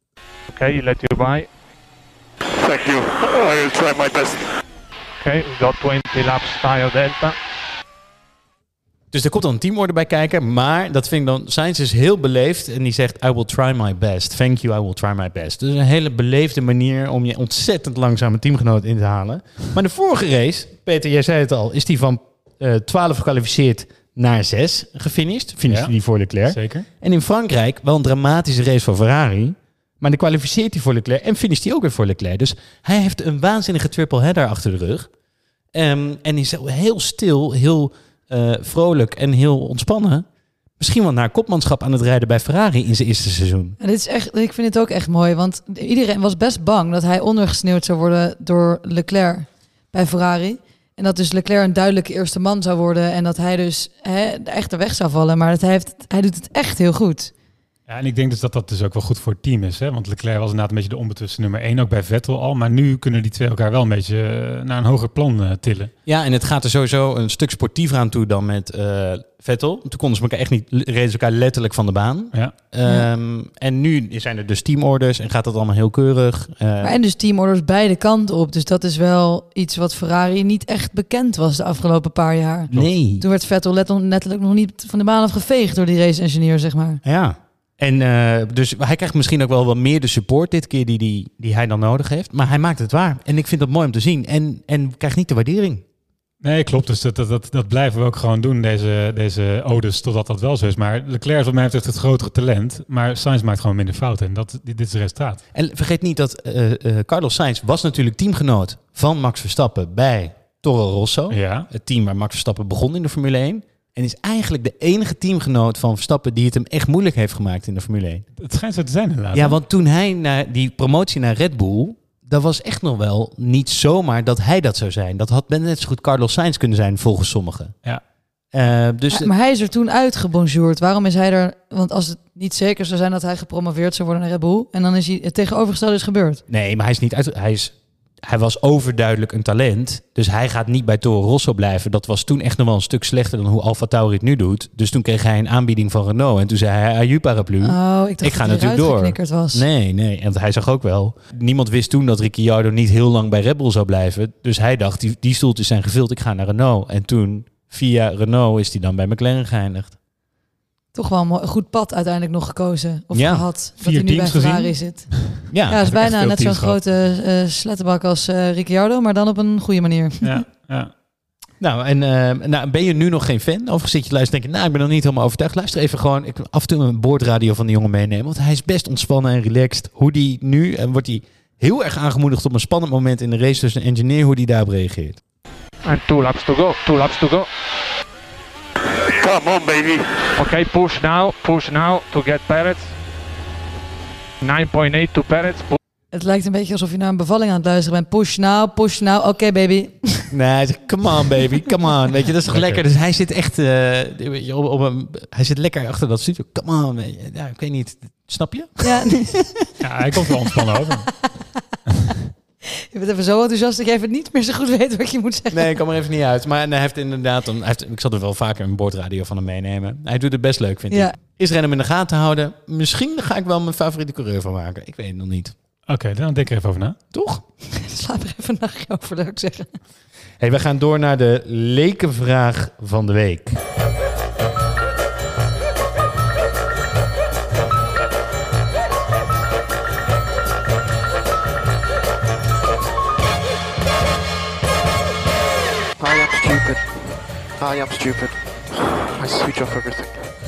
K: Okay, you let you by.
L: Thank you. I will try my best.
K: Okay, we got twenty laps tire delta.
A: Dus er komt dan een teamorder bij kijken, maar dat vind ik dan... Sainz is heel beleefd en die zegt, I will try my best. Thank you, I will try my best. Dus een hele beleefde manier om je ontzettend langzame teamgenoot in te halen. Maar de vorige race, Peter, jij zei het al, is die van uh, twaalf gekwalificeerd naar zes gefinished. Finishte ja, die voor Leclerc.
E: Zeker.
A: En in Frankrijk, wel een dramatische race voor Ferrari, maar dan kwalificeert hij voor Leclerc en finisht hij ook weer voor Leclerc. Dus hij heeft een waanzinnige triple header achter de rug. Um, en is heel stil, heel... Uh, vrolijk en heel ontspannen. Misschien wel naar kopmanschap aan het rijden bij Ferrari in zijn eerste seizoen.
F: En dit is echt, ik vind het ook echt mooi, want iedereen was best bang dat hij ondergesneeuwd zou worden door Leclerc bij Ferrari. En dat dus Leclerc een duidelijke eerste man zou worden en dat hij dus hè, echt de weg zou vallen. Maar dat hij, heeft, hij doet het echt heel goed.
E: Ja, en ik denk dus dat dat dus ook wel goed voor het team is. Hè? Want Leclerc was inderdaad een beetje de onbetwiste nummer één, ook bij Vettel al. Maar nu kunnen die twee elkaar wel een beetje uh, naar een hoger plan uh, tillen.
A: Ja, en het gaat er sowieso een stuk sportiever aan toe dan met uh, Vettel. Toen konden ze elkaar echt niet, reden ze elkaar letterlijk van de baan.
E: Ja.
A: Um, ja. En nu zijn er dus teamorders en gaat dat allemaal heel keurig. Uh,
F: maar en dus teamorders beide kanten op. Dus dat is wel iets wat Ferrari niet echt bekend was de afgelopen paar jaar.
A: Nee.
F: Toen werd Vettel letterlijk nog niet van de baan afgeveegd door die race-engineer, zeg maar.
A: Ja. En uh, dus hij krijgt misschien ook wel wat meer de support dit keer die, die, die hij dan nodig heeft. Maar hij maakt het waar. En ik vind dat mooi om te zien. En, en krijgt niet de waardering.
E: Nee, klopt. Dus dat, dat, dat blijven we ook gewoon doen, deze, deze odes, totdat dat wel zo is. Maar Leclerc is wat mij betreft het grotere talent. Maar Sainz maakt gewoon minder fouten. En dat, dit is het resultaat.
A: En vergeet niet dat uh, uh, Carlos Sainz was natuurlijk teamgenoot van Max Verstappen bij Toro Rosso.
E: Ja.
A: Het team waar Max Verstappen begon in de Formule één. En is eigenlijk de enige teamgenoot van Verstappen die het hem echt moeilijk heeft gemaakt in de Formule één.
E: Het schijnt zo te zijn inderdaad.
A: Ja, want toen hij naar die promotie naar Red Bull, dat was echt nog wel niet zomaar dat hij dat zou zijn. Dat had net zo goed Carlos Sainz kunnen zijn volgens sommigen.
E: Ja.
A: Uh, dus
F: ja, maar hij is er toen uitgebonjourd. Waarom is hij er? Want als het niet zeker zou zijn dat hij gepromoveerd zou worden naar Red Bull, en dan is hij het tegenovergestelde is gebeurd.
A: Nee, maar hij is niet uit. Hij is. Hij was overduidelijk een talent. Dus hij gaat niet bij Toro Rosso blijven. Dat was toen echt nog wel een stuk slechter dan hoe AlphaTauri het nu doet. Dus toen kreeg hij een aanbieding van Renault. En toen zei hij, aju paraplu.
F: Oh, ik dacht
A: ik ga
F: dat hij
A: natuurlijk door.
F: Was.
A: Nee, nee. En hij zag ook wel. Niemand wist toen dat Ricciardo niet heel lang bij Red Bull zou blijven. Dus hij dacht, die, die stoeltjes zijn gevuld. Ik ga naar Renault. En toen, via Renault, is hij dan bij McLaren geëindigd.
F: Toch wel een goed pad uiteindelijk nog gekozen. Of
A: ja.
F: gehad. Dat hij nu bij Ferrari zit.
A: Ja,
F: Ja, het is bijna
E: veel
F: net zo'n
E: teams gehad.
F: grote uh, slettenbak als uh, Ricciardo, maar dan op een goede manier.
E: Ja, ja.
A: Nou, en uh, nou, ben je nu nog geen fan? Overigens zit je luisteren en denk je, nou, ik ben nog niet helemaal overtuigd. Luister even gewoon, ik af en toe een boordradio van de jongen meenemen. Want hij is best ontspannen en relaxed. Hoe die nu, en wordt hij heel erg aangemoedigd op een spannend moment in de race tussen een engineer, hoe die daarop reageert.
K: And two laps to go, two laps to go.
L: Come on, baby.
K: Okay, push now, push now to get Perez. nine point eight to Perez.
F: Het lijkt een beetje alsof je naar een bevalling aan het luisteren bent. Push now, push now, oké okay, baby.
A: Nee, hij zegt, come on baby, come on. Weet je, dat is toch lekker. Dus hij zit echt, uh, weet je, op, op een, hij zit lekker achter dat studio. Come on, weet je. Ja, ik weet niet, snap je?
F: Ja,
E: ja hij komt wel ontspannen over.
F: Je bent even zo enthousiast dat je even niet meer zo goed weet wat je moet zeggen.
A: Nee, ik kan er even niet uit. Maar hij heeft inderdaad, een, hij heeft, ik zal er wel vaker een boordradio van hem meenemen. Hij doet het best leuk, vind
F: ja.
A: ik. Is er hem in de gaten houden? Misschien ga ik wel mijn favoriete coureur van maken. Ik weet het nog niet.
E: Oké, okay, dan denk ik er even over na.
A: Toch?
F: Slaap er even een nachtje over, zou ik zeggen.
A: Hey, we gaan door naar de lekenvraag van de week.
J: I am stupid. I am stupid. I switch off everything.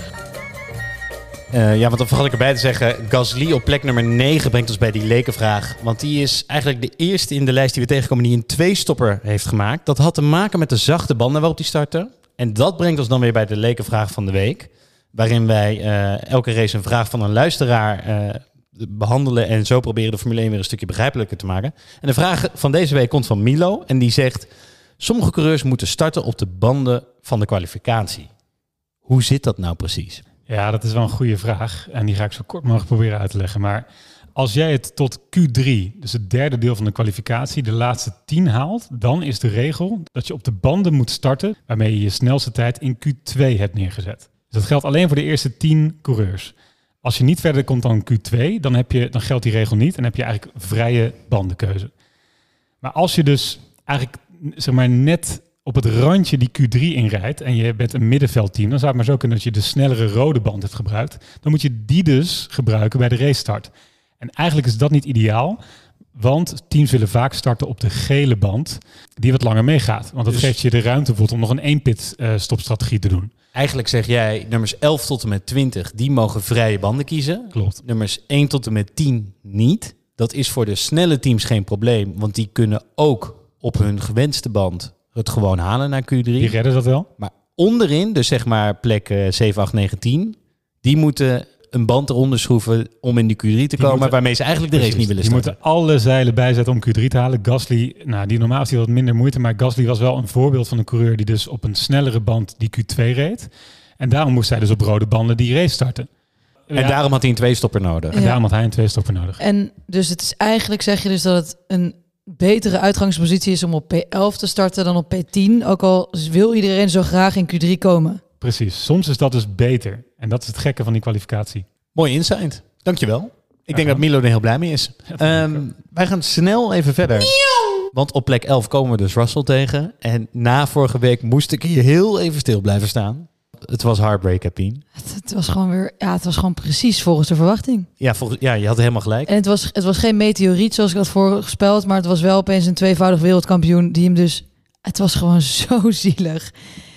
A: Uh, ja, want dan vergat ik erbij te zeggen, Gasly op plek nummer negen brengt ons bij die lekenvraag. Want die is eigenlijk de eerste in de lijst die we tegenkomen die een twee-stopper heeft gemaakt. Dat had te maken met de zachte banden waarop die startte. En dat brengt ons dan weer bij de lekenvraag van de week. Waarin wij uh, elke race een vraag van een luisteraar uh, behandelen en zo proberen de Formule één weer een stukje begrijpelijker te maken. En de vraag van deze week komt van Milo en die zegt: sommige coureurs moeten starten op de banden van de kwalificatie. Hoe zit dat nou precies?
E: Ja, dat is wel een goede vraag. En die ga ik zo kort mogelijk proberen uit te leggen. Maar als jij het tot Q drie, dus het derde deel van de kwalificatie, de laatste tien haalt, dan is de regel dat je op de banden moet starten waarmee je je snelste tijd in Q twee hebt neergezet. Dus dat geldt alleen voor de eerste tien coureurs. Als je niet verder komt dan Q twee, dan, heb je, dan geldt die regel niet en heb je eigenlijk vrije bandenkeuze. Maar als je dus eigenlijk zeg maar net op het randje die Q drie inrijdt en je bent een middenveldteam, dan zou het maar zo kunnen dat je de snellere rode band hebt gebruikt. Dan moet je die dus gebruiken bij de racestart. En eigenlijk is dat niet ideaal, want teams willen vaak starten op de gele band die wat langer meegaat. Want dat dus geeft je de ruimte bijvoorbeeld om nog een één-pit uh, stopstrategie te doen.
A: Eigenlijk zeg jij, nummers elf tot en met twintig, die mogen vrije banden kiezen.
E: Klopt.
A: Nummers één tot en met tien niet. Dat is voor de snelle teams geen probleem, want die kunnen ook op hun gewenste band het gewoon halen naar Q drie.
E: Die redden dat wel.
A: Maar onderin, dus zeg maar plek uh, zeven, acht, negen, tien, die moeten een band eronder schroeven om in die Q drie te die komen, moeten, waarmee ze eigenlijk de precies, race niet willen starten.
E: Die moeten alle zeilen bijzetten om Q drie te halen. Gasly, nou die normaal is die wat minder moeite, maar Gasly was wel een voorbeeld van een coureur die dus op een snellere band die Q twee reed. En daarom moest hij dus op rode banden die race starten.
A: En ja. daarom had hij een twee-stopper nodig.
E: En ja. daarom had hij een twee-stopper nodig.
F: En dus het is eigenlijk, zeg je dus dat het een betere uitgangspositie is om op P elf te starten dan op P tien. Ook al wil iedereen zo graag in Q drie komen.
E: Precies. Soms is dat dus beter. En dat is het gekke van die kwalificatie.
A: Mooi insight. Dankjewel. Ik denk dat Milo er heel blij mee is. Um, wij gaan snel even verder. Nieuw! Want op plek elf komen we dus Russell tegen. En na vorige week moest ik hier heel even stil blijven staan. Het was heartbreak, hè, Pien?
F: Het, het was gewoon weer, ja, het was gewoon precies volgens de verwachting.
A: Ja, volgens, ja, je had helemaal gelijk.
F: En het was, het was geen meteoriet zoals ik had voorgespeld, maar het was wel opeens een tweevoudig wereldkampioen die hem dus. Het was gewoon zo zielig.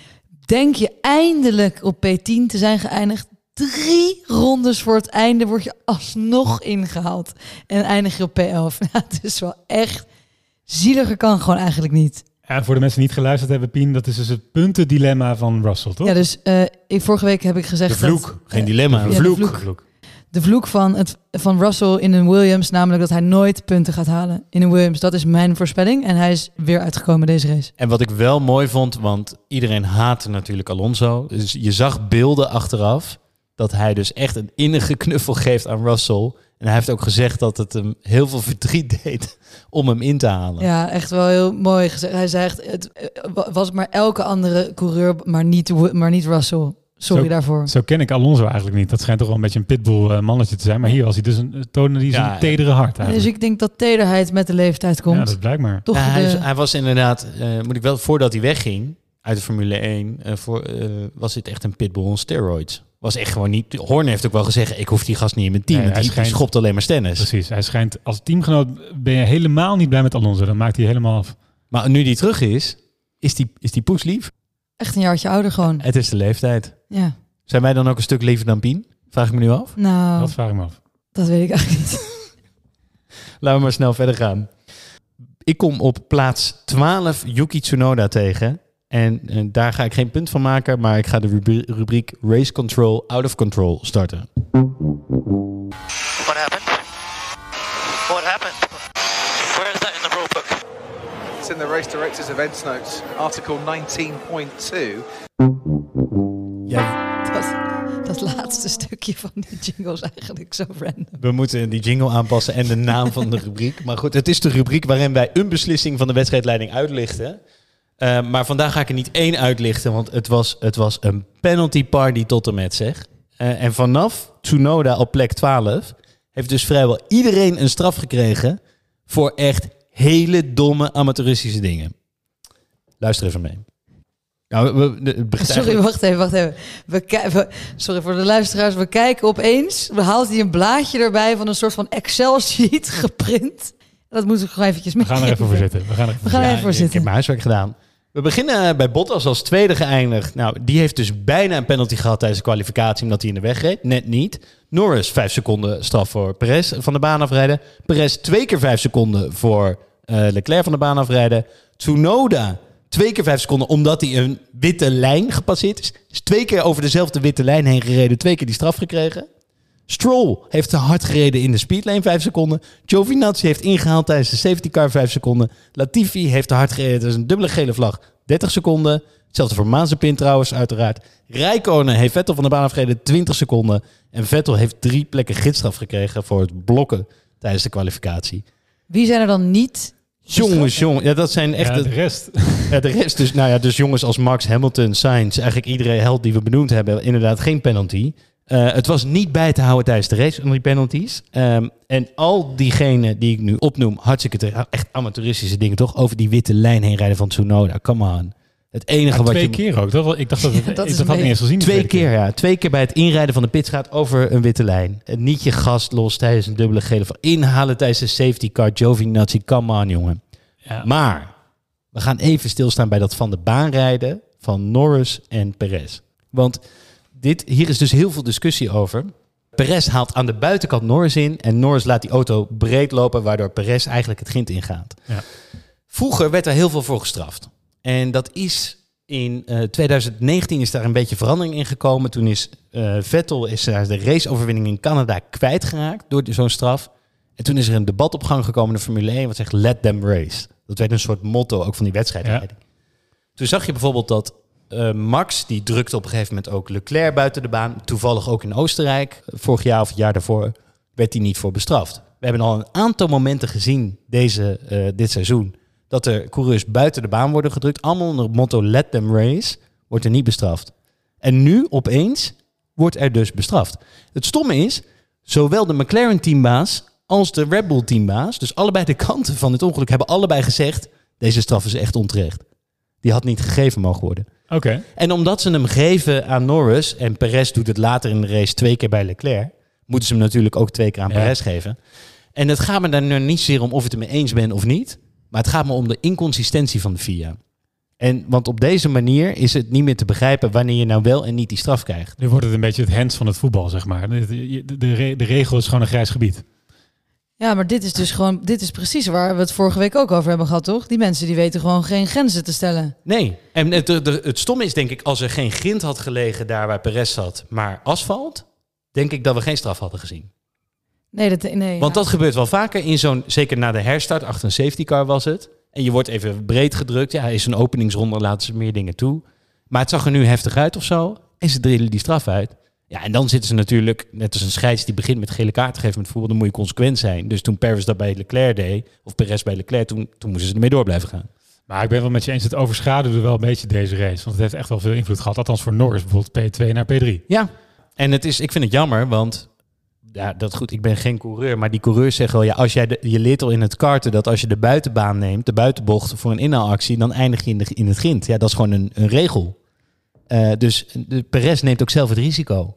F: Denk je eindelijk op P tien te zijn geëindigd? Drie rondes voor het einde word je alsnog ingehaald en eindig je op P elf. Ja, het is wel echt zieliger kan gewoon eigenlijk niet.
E: Ja, voor de mensen die niet geluisterd hebben, Pien, dat is dus het puntendilemma van Russell, toch?
F: Ja, dus uh, ik, vorige week heb ik gezegd
A: de vloek,
F: dat,
A: geen dilemma,
F: uh,
A: een
F: ja,
A: vloek.
F: De vloek, de vloek van, het, van Russell in een Williams, namelijk dat hij nooit punten gaat halen in een Williams. Dat is mijn voorspelling en hij is weer uitgekomen deze race.
A: En wat ik wel mooi vond, want iedereen haatte natuurlijk Alonso. Dus je zag beelden achteraf dat hij dus echt een innige knuffel geeft aan Russell. En hij heeft ook gezegd dat het hem heel veel verdriet deed om hem in te halen.
F: Ja, echt wel heel mooi gezegd. Hij zegt, het was maar elke andere coureur, maar niet, maar niet Russell. Sorry
E: zo,
F: daarvoor.
E: Zo ken ik Alonso eigenlijk niet. Dat schijnt toch wel een beetje een pitbull mannetje te zijn. Maar hier was hij dus een tonen die zijn ja, tedere hart eigenlijk.
F: Dus ik denk dat tederheid met de leeftijd komt.
E: Ja, dat blijkt maar.
F: Toch
A: ja,
F: de...
A: hij, hij was inderdaad, uh, moet ik wel, voordat hij wegging uit de Formule één, uh, voor, uh, was dit echt een pitbull on steroids. Was echt gewoon niet... Horner heeft ook wel gezegd, ik hoef die gast niet in mijn team.
E: Nee,
A: die,
E: hij schijnt,
A: die schopt alleen maar Stennis.
E: Precies, hij schijnt als teamgenoot ben je helemaal niet blij met Alonso. Dan maakt hij helemaal af.
A: Maar nu die terug is, is die, is die poes lief.
F: Echt een jaartje ouder gewoon.
A: Het is de leeftijd.
F: Ja.
A: Zijn wij dan ook een stuk liever dan Pien? Vraag ik me nu af.
F: Nou,
E: dat vraag ik me af.
F: Dat weet ik eigenlijk niet.
A: Laten we maar snel verder gaan. Ik kom op plaats twaalf Yuki Tsunoda tegen. En, en daar ga ik geen punt van maken, maar ik ga de rubriek, rubriek Race Control Out of Control starten.
J: What happened? What happened? Where is that in the rulebook?
M: It's in the Race Directors Events Notes, article nineteen point two.
A: Ja.
F: Dat, dat laatste stukje van die jingle is eigenlijk zo random.
A: We moeten die jingle aanpassen en de naam van de rubriek. Maar goed, het is de rubriek waarin wij een beslissing van de wedstrijdleiding uitlichten. Uh, maar vandaag ga ik er niet één uitlichten, want het was, het was een penalty party tot en met, zeg. Uh, en vanaf Tsunoda op plek twaalf heeft dus vrijwel iedereen een straf gekregen voor echt hele domme amateuristische dingen. Luister even mee. Nou, we, we, we,
F: sorry, wacht even, wacht even. We, we, sorry voor de luisteraars. We kijken opeens, we haalt hij een blaadje erbij van een soort van Excel-sheet geprint. Dat moet ik gewoon eventjes mee.
E: We gaan er even voor zitten. We gaan er even,
F: we gaan er even
A: ja,
F: voor zitten.
A: Ik heb mijn huiswerk gedaan. We beginnen bij Bottas als tweede geëindigd. Nou, die heeft dus bijna een penalty gehad tijdens de kwalificatie omdat hij in de weg reed. Net niet. Norris vijf seconden straf voor Perez van de baan afrijden. Perez twee keer vijf seconden voor uh, Leclerc van de baan afrijden. Tsunoda twee keer vijf seconden omdat hij een witte lijn gepasseerd is. Dus twee keer over dezelfde witte lijn heen gereden. Twee keer die straf gekregen. Stroll heeft te hard gereden in de speedlane vijf seconden. Giovinazzi heeft ingehaald tijdens de safety car vijf seconden. Latifi heeft te hard gereden tijdens een dubbele gele vlag dertig seconden. Hetzelfde voor Mazepin trouwens uiteraard. Räikkönen heeft Vettel van de baan afgereden twintig seconden. En Vettel heeft drie plekken gidsstraf gekregen voor het blokken tijdens de kwalificatie.
F: Wie zijn er dan niet?
A: Jongens, jongens. Ja, dat zijn echt...
E: Ja, de rest.
A: Ja, de rest. Dus, nou ja, dus jongens als Max, Hamilton, Sainz, eigenlijk iedereen held die we benoemd hebben, inderdaad geen penalty. Uh, het was niet bij te houden tijdens de race, die penalties. Um, en al diegenen die ik nu opnoem, hartstikke te, echt amateuristische dingen, toch? Over die witte lijn heen rijden van Tsunoda. Come on. Het enige
E: ja,
A: wat
E: twee
A: je...
E: keer ook. Dat was, ik dacht dat het,
F: ja, dat
E: ik dat had niet eens gezien.
A: Twee keer, keer, ja. Twee keer bij het inrijden van de pitstraat over een witte lijn. En niet je gas los tijdens een dubbele gele vlag. Inhalen tijdens de safety car. Giovinazzi, come on, jongen. Ja. Maar we gaan even stilstaan bij dat van de baan rijden van Norris en Perez. Want dit, hier is dus heel veel discussie over. Perez haalt aan de buitenkant Norris in en Norris laat die auto breed lopen, waardoor Perez eigenlijk het grind ingaat. Ja. Vroeger werd daar heel veel voor gestraft. En dat is in uh, twintig negentien is daar een beetje verandering in gekomen. Toen is uh, Vettel is, uh, de raceoverwinning in Canada kwijtgeraakt door zo'n straf. En toen is er een debat op gang gekomen in de Formule één wat zegt let them race. Dat werd een soort motto ook van die wedstrijdleiding. Ja. Toen zag je bijvoorbeeld dat uh, Max, die drukte op een gegeven moment ook Leclerc buiten de baan. Toevallig ook in Oostenrijk. Vorig jaar of het jaar daarvoor werd hij niet voor bestraft. We hebben al een aantal momenten gezien deze, uh, dit seizoen dat er coureurs buiten de baan worden gedrukt. Allemaal onder het motto let them race. Wordt er niet bestraft. En nu opeens wordt er dus bestraft. Het stomme is, zowel de McLaren-teambaas als de Red Bull-teambaas, dus allebei de kanten van dit ongeluk, hebben allebei gezegd, deze straf is echt onterecht. Die had niet gegeven mogen worden.
E: Oké. Okay.
A: En omdat ze hem geven aan Norris, en Perez doet het later in de race twee keer bij Leclerc, moeten ze hem natuurlijk ook twee keer aan ja. Perez geven. En het gaat me daar nu niet zozeer om of je het ermee eens bent of niet, maar het gaat me om de inconsistentie van de F I A. En, want op deze manier is het niet meer te begrijpen wanneer je nou wel en niet die straf krijgt.
E: Nu wordt het een beetje het hands van het voetbal, zeg maar. De, de, de, de regel is gewoon een grijs gebied.
F: Ja, maar dit is dus gewoon, dit is precies waar we het vorige week ook over hebben gehad, toch? Die mensen die weten gewoon geen grenzen te stellen.
A: Nee, en het, de, de, het stomme is denk ik, als er geen grind had gelegen daar waar Perez zat, maar asfalt, denk ik dat we geen straf hadden gezien.
F: Nee, dat, nee.
A: Want
F: ja.
A: dat gebeurt wel vaker in zo'n, zeker na de herstart, achter een safety car was het. En je wordt even breed gedrukt. Ja, is een openingsronde, laten ze meer dingen toe. Maar het zag er nu heftig uit of zo. En ze drillen die straf uit. Ja, en dan zitten ze natuurlijk, net als een scheids die begint met gele kaart te geven met voetbal, dan moet je consequent zijn. Dus toen Perez dat bij Leclerc deed, of Perez bij Leclerc, toen, toen moesten ze ermee door blijven gaan.
E: Maar ik ben wel met je eens, het overschaduwde wel een beetje deze race. Want het heeft echt wel veel invloed gehad. Althans voor Norris bijvoorbeeld, P twee naar P drie.
A: Ja, en het is, ik vind het jammer, want ja, dat goed, ik ben geen coureur, maar die coureurs zeggen wel, ja, als jij de, je leert al in het karten dat als je de buitenbaan neemt, de buitenbocht voor een inhaalactie, dan eindig je in, de, in het grind. Ja, dat is gewoon een, een regel. Uh, dus de Perez neemt ook zelf het risico.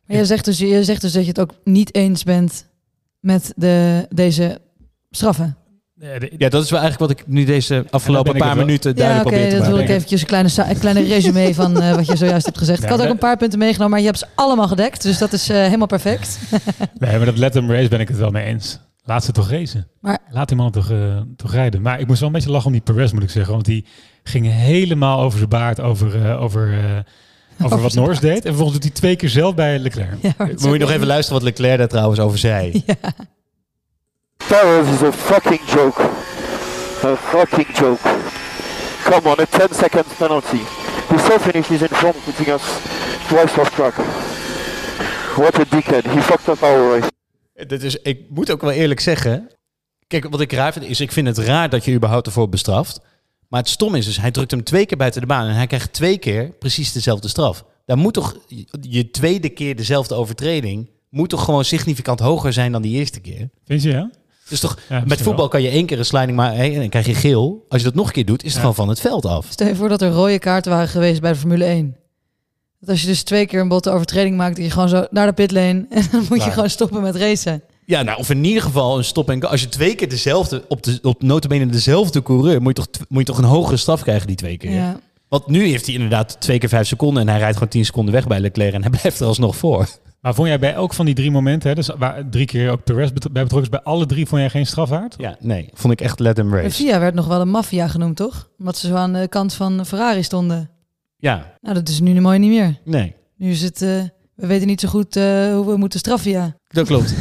F: Maar je zegt, dus, je zegt dus dat je het ook niet eens bent met de, deze straffen.
A: Ja, dat is wel eigenlijk wat ik nu deze afgelopen paar minuten duidelijk
F: ja, okay,
A: probeer te
F: dat
A: maken.
F: wil ik eventjes een kleine, sa- een kleine resume van uh, wat je zojuist hebt gezegd. Ja, ik had ook een paar punten meegenomen, maar je hebt ze allemaal gedekt. Dus dat is uh, helemaal perfect.
E: Nee, maar dat let them race ben ik het wel mee eens. Laat ze toch racen. Maar, Laat die man toch, uh, toch rijden. Maar ik moest wel een beetje lachen om die Perez, moet ik zeggen. Want die ging helemaal over zijn baard, over, uh, over, uh, over, over wat Norris deed. En vervolgens doet hij twee keer zelf bij Leclerc. Ja,
A: Moet je nog even luisteren wat Leclerc daar trouwens over zei.
F: Ja.
G: Perez is a fucking joke. A fucking joke. Come on, a ten second penalty. The so finish is in front, putting us twice off track. What a dickhead. He fucked up our race.
A: Dat is, ik moet ook wel eerlijk zeggen. Kijk, wat ik raar vind is, ik vind het raar dat je überhaupt ervoor bestraft. Maar het stom is dus, hij drukt hem twee keer buiten de baan en hij krijgt twee keer precies dezelfde straf. Dan moet toch je tweede keer dezelfde overtreding moet toch gewoon significant hoger zijn dan die eerste keer.
E: Vind je, ja?
A: Dus toch,
E: ja,
A: met voetbal wel. Kan je één keer een sliding maken en dan krijg je geel. Als je dat nog een keer doet, is het ja. gewoon van het veld af.
F: Stel je voor dat er rode kaarten waren geweest bij de Formule één. Dat als je dus twee keer een botte overtreding maakt, dat je gewoon zo naar de pitlane en dan moet Klaar. je gewoon stoppen met racen.
A: Ja, nou, of in ieder geval een stop en go. Als je twee keer dezelfde, op, de, op notabene dezelfde coureur, moet je, toch, moet je toch een hogere straf krijgen die twee keer. Ja. Want nu heeft hij inderdaad twee keer vijf seconden en hij rijdt gewoon tien seconden weg bij Leclerc en hij blijft er alsnog voor.
E: Maar vond jij bij elk van die drie momenten, hè, dus waar drie keer ook Perez bij betrokken is, bij alle drie vond jij geen straf waard?
A: Ja, nee. Vond ik echt let them race.
F: De F I A werd nog wel een maffia genoemd, toch? Omdat ze zo aan de kant van Ferrari stonden.
A: Ja.
F: Nou, dat is nu mooi niet meer.
A: Nee.
F: Nu is het, uh, we weten niet zo goed uh, hoe we moeten straffen, ja.
A: Dat klopt.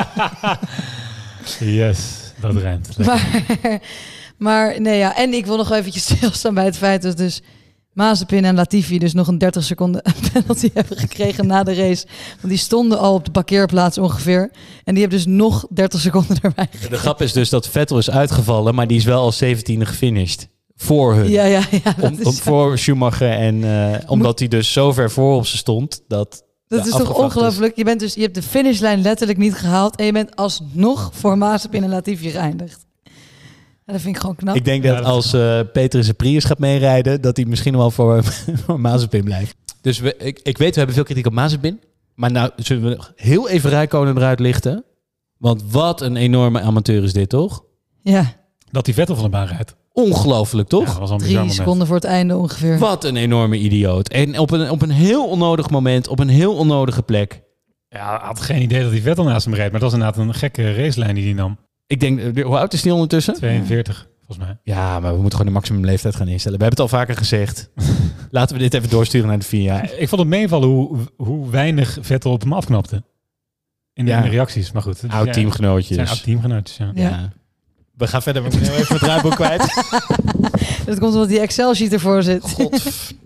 E: Yes, dat rijmt.
F: Maar, maar nee, ja. En ik wil nog eventjes stilstaan bij het feit dat dus Mazepin en Latifi dus nog een dertig seconden penalty hebben gekregen na de race. Want die stonden al op de parkeerplaats ongeveer. En die hebben dus nog dertig seconden erbij gekregen.
A: De grap is dus dat Vettel is uitgevallen, maar die is wel als zeventiende gefinished. Voor hun.
F: Ja, ja, ja.
A: Om, om, voor Schumacher. En uh, omdat hij dus zo ver voor op ze stond. Dat,
F: dat is toch ongelooflijk. Je, bent dus, je hebt de finishlijn letterlijk niet gehaald. En je bent alsnog voor Mazepin en Latifi geëindigd. Ja, dat vind ik gewoon knap.
A: Ik denk dat, ja, dat als uh, Peter in zijn Prius gaat meerijden, dat hij misschien wel voor, voor Mazepin blijft. Dus we, ik, ik weet, we hebben veel kritiek op Mazepin. Maar nou zullen we heel even Räikkönen eruit lichten. Want wat een enorme amateur is dit, toch?
F: Ja.
E: Dat die Vettel van de baan rijdt.
A: Ongelooflijk, toch?
E: Ja, was een
F: Drie seconden voor het einde ongeveer.
A: Wat een enorme idioot. En op een, op een heel onnodig moment, op een heel onnodige plek.
E: Ja, had geen idee dat die Vettel naast hem reed. Maar dat was inderdaad een gekke racelijn die hij nam.
A: Ik denk, hoe oud is die ondertussen?
E: tweeënveertig, volgens mij.
A: Ja, maar we moeten gewoon de maximumleeftijd gaan instellen. We hebben het al vaker gezegd. Laten we dit even doorsturen naar de vier jaar.
E: Ik vond het meevallen hoe, hoe weinig Vettel op hem afknapte. In de, ja. in de reacties, maar goed.
A: Oud teamgenootjes.
E: Zijn oud teamgenootjes, ja.
A: ja. ja. We gaan verder, we moeten heel even het draaiboek kwijt.
F: Dat komt omdat die Excel-sheet ervoor zit.
A: God.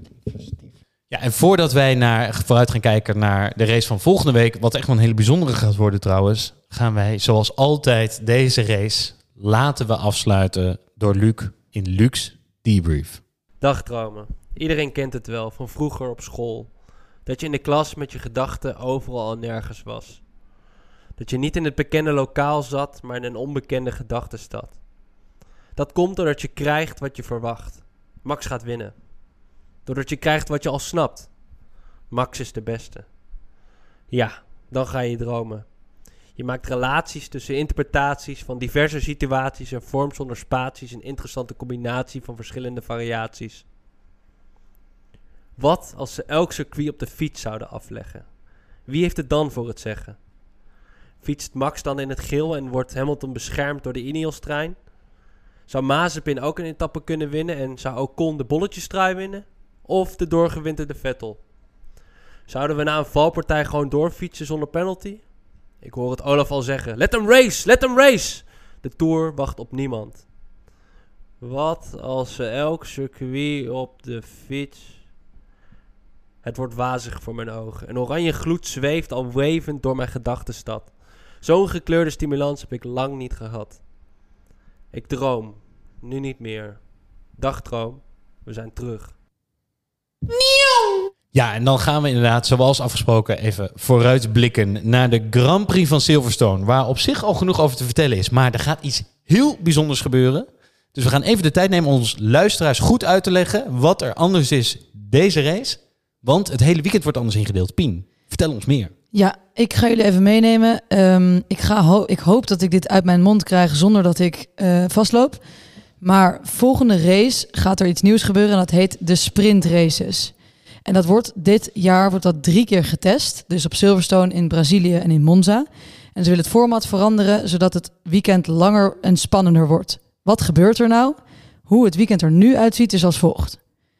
A: Ja, en voordat wij naar, vooruit gaan kijken naar de race van volgende week, wat echt wel een hele bijzondere gaat worden trouwens, gaan wij zoals altijd deze race laten we afsluiten door Luc in Luc's debrief.
N: Dagdromen. Iedereen kent het wel van vroeger op school. Dat je in de klas met je gedachten overal en nergens was. Dat je niet in het bekende lokaal zat, maar in een onbekende gedachtenstad. Dat komt doordat je krijgt wat je verwacht. Max gaat winnen. Doordat je krijgt wat je al snapt. Max is de beste. Ja, dan ga je dromen. Je maakt relaties tussen interpretaties van diverse situaties en vormt zonder spaties een interessante combinatie van verschillende variaties. Wat als ze elk circuit op de fiets zouden afleggen? Wie heeft het dan voor het zeggen? Fietst Max dan in het geel en wordt Hamilton beschermd door de Ineos-trein? Zou Mazepin ook een etappe kunnen winnen en zou Ocon de bolletjestrui winnen? Of de doorgewinterde Vettel? Zouden we na een valpartij gewoon doorfietsen zonder penalty? Ik hoor het Olaf al zeggen. Let hem race, let hem race! De Tour wacht op niemand. Wat als ze elk circuit op de fiets... Het wordt wazig voor mijn ogen. Een oranje gloed zweeft al wevend door mijn gedachtenstad. Zo'n gekleurde stimulans heb ik lang niet gehad. Ik droom. Nu niet meer. Dagdroom. We zijn terug.
A: Ja, en dan gaan we inderdaad, zoals afgesproken, even vooruitblikken naar de Grand Prix van Silverstone. Waar op zich al genoeg over te vertellen is. Maar er gaat iets heel bijzonders gebeuren. Dus we gaan even de tijd nemen om ons luisteraars goed uit te leggen wat er anders is deze race. Want het hele weekend wordt anders ingedeeld. Pien, vertel ons meer.
F: Ja, ik ga jullie even meenemen. Um, ik, ga ho- ik hoop dat ik dit uit mijn mond krijg zonder dat ik uh, vastloop. Maar volgende race gaat er iets nieuws gebeuren en dat heet de sprint races. En dat wordt dit jaar wordt dat drie keer getest. Dus op Silverstone, in Brazilië en in Monza. En ze willen het format veranderen zodat het weekend langer en spannender wordt. Wat gebeurt er nou? Hoe het weekend er nu uitziet is als volgt.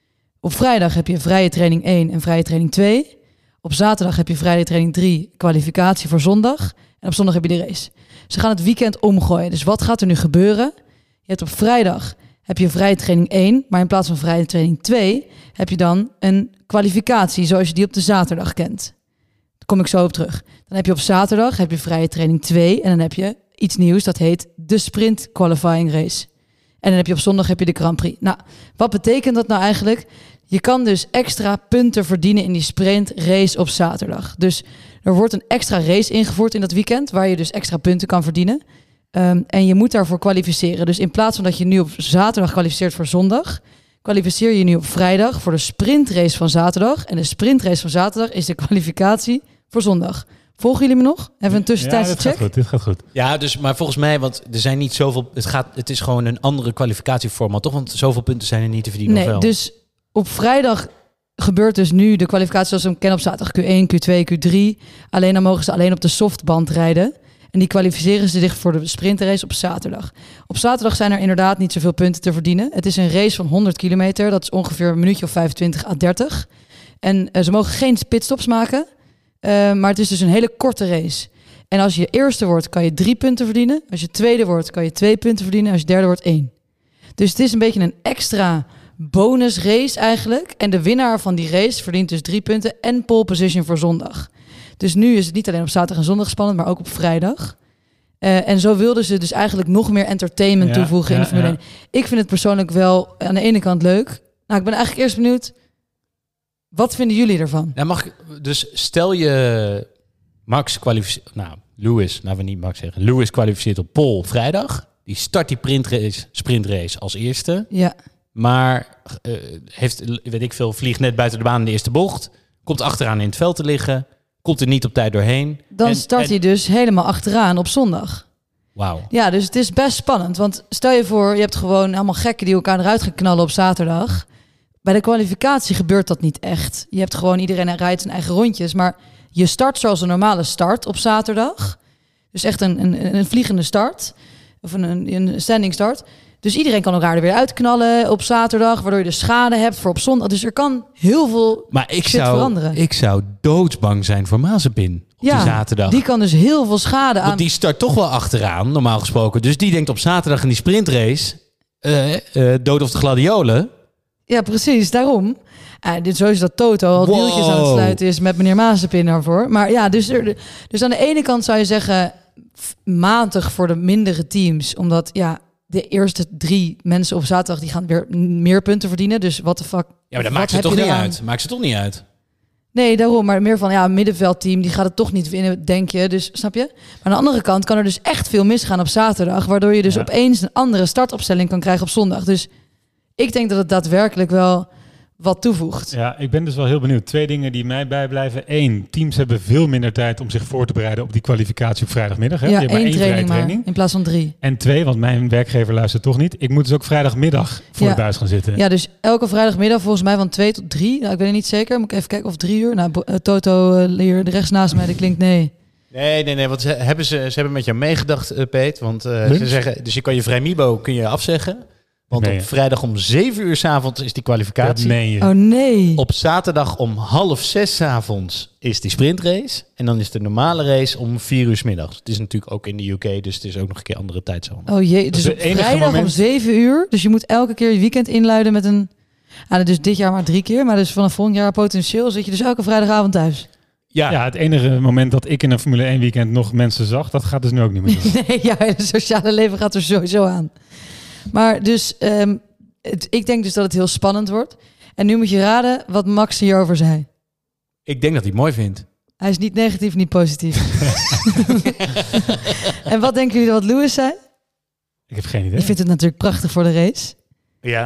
F: Op vrijdag heb je vrije training één en vrije training twee. Op zaterdag heb je vrije training drie, kwalificatie voor zondag. En op zondag heb je de race. Ze gaan het weekend omgooien. Dus wat gaat er nu gebeuren? Je hebt op vrijdag heb je vrije training één, maar in plaats van vrije training twee heb je dan een kwalificatie zoals je die op de zaterdag kent. Daar kom ik zo op terug. Dan heb je op zaterdag heb je vrije training twee en dan heb je iets nieuws dat heet de sprint qualifying race. En dan heb je op zondag heb je de Grand Prix. Nou, wat betekent dat nou eigenlijk? Je kan dus extra punten verdienen in die sprint race op zaterdag. Dus er wordt een extra race ingevoerd in dat weekend waar je dus extra punten kan verdienen. Um, en je moet daarvoor kwalificeren. Dus in plaats van dat je nu op zaterdag kwalificeert voor zondag, kwalificeer je nu op vrijdag voor de sprintrace van zaterdag. En de sprintrace van zaterdag is de kwalificatie voor zondag. Volgen jullie me nog? Even een tussentijdse
E: ja, dit
F: check.
E: Gaat goed, dit gaat goed.
A: Ja, dus, maar volgens mij, want er zijn niet zoveel... Het, gaat, het is gewoon een andere kwalificatieformat, toch? Want zoveel punten zijn er niet te verdienen.
F: Nee,
A: of wel?
F: dus op vrijdag gebeurt dus nu de kwalificatie zoals we hem kennen op zaterdag. Q één, Q twee, Q drie. Alleen dan mogen ze alleen op de softband rijden. En die kwalificeren ze zich voor de sprintrace op zaterdag. Op zaterdag zijn er inderdaad niet zoveel punten te verdienen. Het is een race van honderd kilometer. Dat is ongeveer een minuutje of vijfentwintig à dertig. En uh, ze mogen geen pitstops maken. Uh, maar het is dus een hele korte race. En als je eerste wordt, kan je drie punten verdienen. Als je tweede wordt, kan je twee punten verdienen. Als je derde wordt, één. Dus het is een beetje een extra bonusrace eigenlijk. En de winnaar van die race verdient dus drie punten en pole position voor zondag. Dus nu is het niet alleen op zaterdag en zondag spannend, maar ook op vrijdag. Uh, en zo wilden ze dus eigenlijk nog meer entertainment
E: ja,
F: toevoegen
E: ja,
F: in de Formule
E: ja.
F: één. Ik vind het persoonlijk wel aan de ene kant leuk. Nou, ik ben eigenlijk eerst benieuwd. Wat vinden jullie ervan?
A: Ja, mag ik, dus stel je Max kwalificeert... Nou, Lewis, laten we niet Max zeggen. Lewis kwalificeert op pole vrijdag. Die start die sprintrace, sprintrace als eerste.
F: Ja.
A: Maar uh, heeft, weet ik veel, vliegt net buiten de baan in de eerste bocht. Komt achteraan in het veld te liggen. Komt er niet op tijd doorheen.
F: Dan
A: en,
F: start
A: en,
F: hij dus helemaal achteraan op zondag.
A: Wauw.
F: Ja, dus het is best spannend. Want stel je voor, je hebt gewoon allemaal gekken die elkaar eruit gaan knallen op zaterdag. Bij de kwalificatie gebeurt dat niet echt. Je hebt gewoon, iedereen rijdt zijn eigen rondjes. Maar je start zoals een normale start op zaterdag. Dus echt een, een, een vliegende start. Of een, een, een standing start. Dus iedereen kan elkaar er weer uitknallen op zaterdag. Waardoor je de schade hebt voor op zondag. Dus er kan heel veel
A: maar ik
F: shit
A: zou,
F: veranderen.
A: ik zou doodsbang zijn voor Mazepin op
F: ja,
A: die zaterdag.
F: Die kan dus heel veel schade aan.
A: Want die start toch wel achteraan, normaal gesproken. Dus die denkt op zaterdag in die sprintrace... Uh, uh, dood of de gladiolen.
F: Ja, precies. Daarom. Uh, dit zo is dat Toto al
A: wow.
F: deeltjes aan het sluiten is met meneer Mazepin daarvoor. Maar ja, dus, er, dus aan de ene kant zou je zeggen... matig voor de mindere teams. Omdat ja, de eerste drie mensen op zaterdag... die gaan weer meer punten verdienen. Dus wat de fuck...
A: Ja, maar dat maakt ze toch niet uit. Maakt ze toch niet uit.
F: Nee, daarom. Maar meer van, ja, een middenveldteam, die gaat het toch niet winnen, denk je. Dus, snap je? Maar aan de andere kant kan er dus echt veel misgaan op zaterdag. Waardoor je dus
E: ja.
F: opeens een andere startopstelling kan krijgen op zondag. Dus ik denk dat het daadwerkelijk wel wat toevoegt.
E: Ja, ik ben dus wel heel benieuwd. Twee dingen die mij bijblijven. Eén, teams hebben veel minder tijd om zich voor te bereiden op die kwalificatie op vrijdagmiddag. Hè?
F: Ja,
E: één,
F: één training,
E: training
F: maar
E: training
F: in plaats van drie.
E: En twee, want mijn werkgever luistert toch niet. Ik moet dus ook vrijdagmiddag voor
F: ja.
E: de buis gaan zitten.
F: Ja, dus elke vrijdagmiddag volgens mij van twee tot drie. Nou, ik weet het niet zeker. Moet ik even kijken of drie uur. Nou, uh, Toto uh, hier rechts naast mij, die klinkt nee.
A: Nee, nee, nee, want ze hebben, ze, ze hebben met jou meegedacht, uh, Peet. Want uh, ze zeggen, dus je kan je vrijmibo kun je afzeggen. Want
E: nee.
A: op vrijdag om zeven uur 's avonds is die kwalificatie.
E: Dat meen je.
F: Oh nee.
A: Op zaterdag om half zes 's avonds is die sprintrace. En dan is de normale race om vier uur 's middags. Het is natuurlijk ook in de U K, dus het is ook nog een keer andere tijdzone.
F: Oh jee, dus op vrijdag moment... om zeven uur. Dus je moet elke keer je weekend inluiden met een... Ah, dus dit jaar maar drie keer. Maar dus vanaf volgend jaar potentieel zit je dus elke vrijdagavond thuis.
E: Ja. ja, het enige moment dat ik in een Formule één weekend nog mensen zag, dat gaat dus nu ook niet meer doen.
F: Nee, jouw hele sociale leven gaat er sowieso aan. Maar dus, um, het, ik denk dus dat het heel spannend wordt. En nu moet je raden wat Max hierover zei.
A: Ik denk dat hij het mooi vindt.
F: Hij is niet negatief, niet positief. En wat denken jullie wat Lewis zei?
E: Ik heb geen idee.
F: Je vindt het natuurlijk prachtig voor de race.
A: Ja.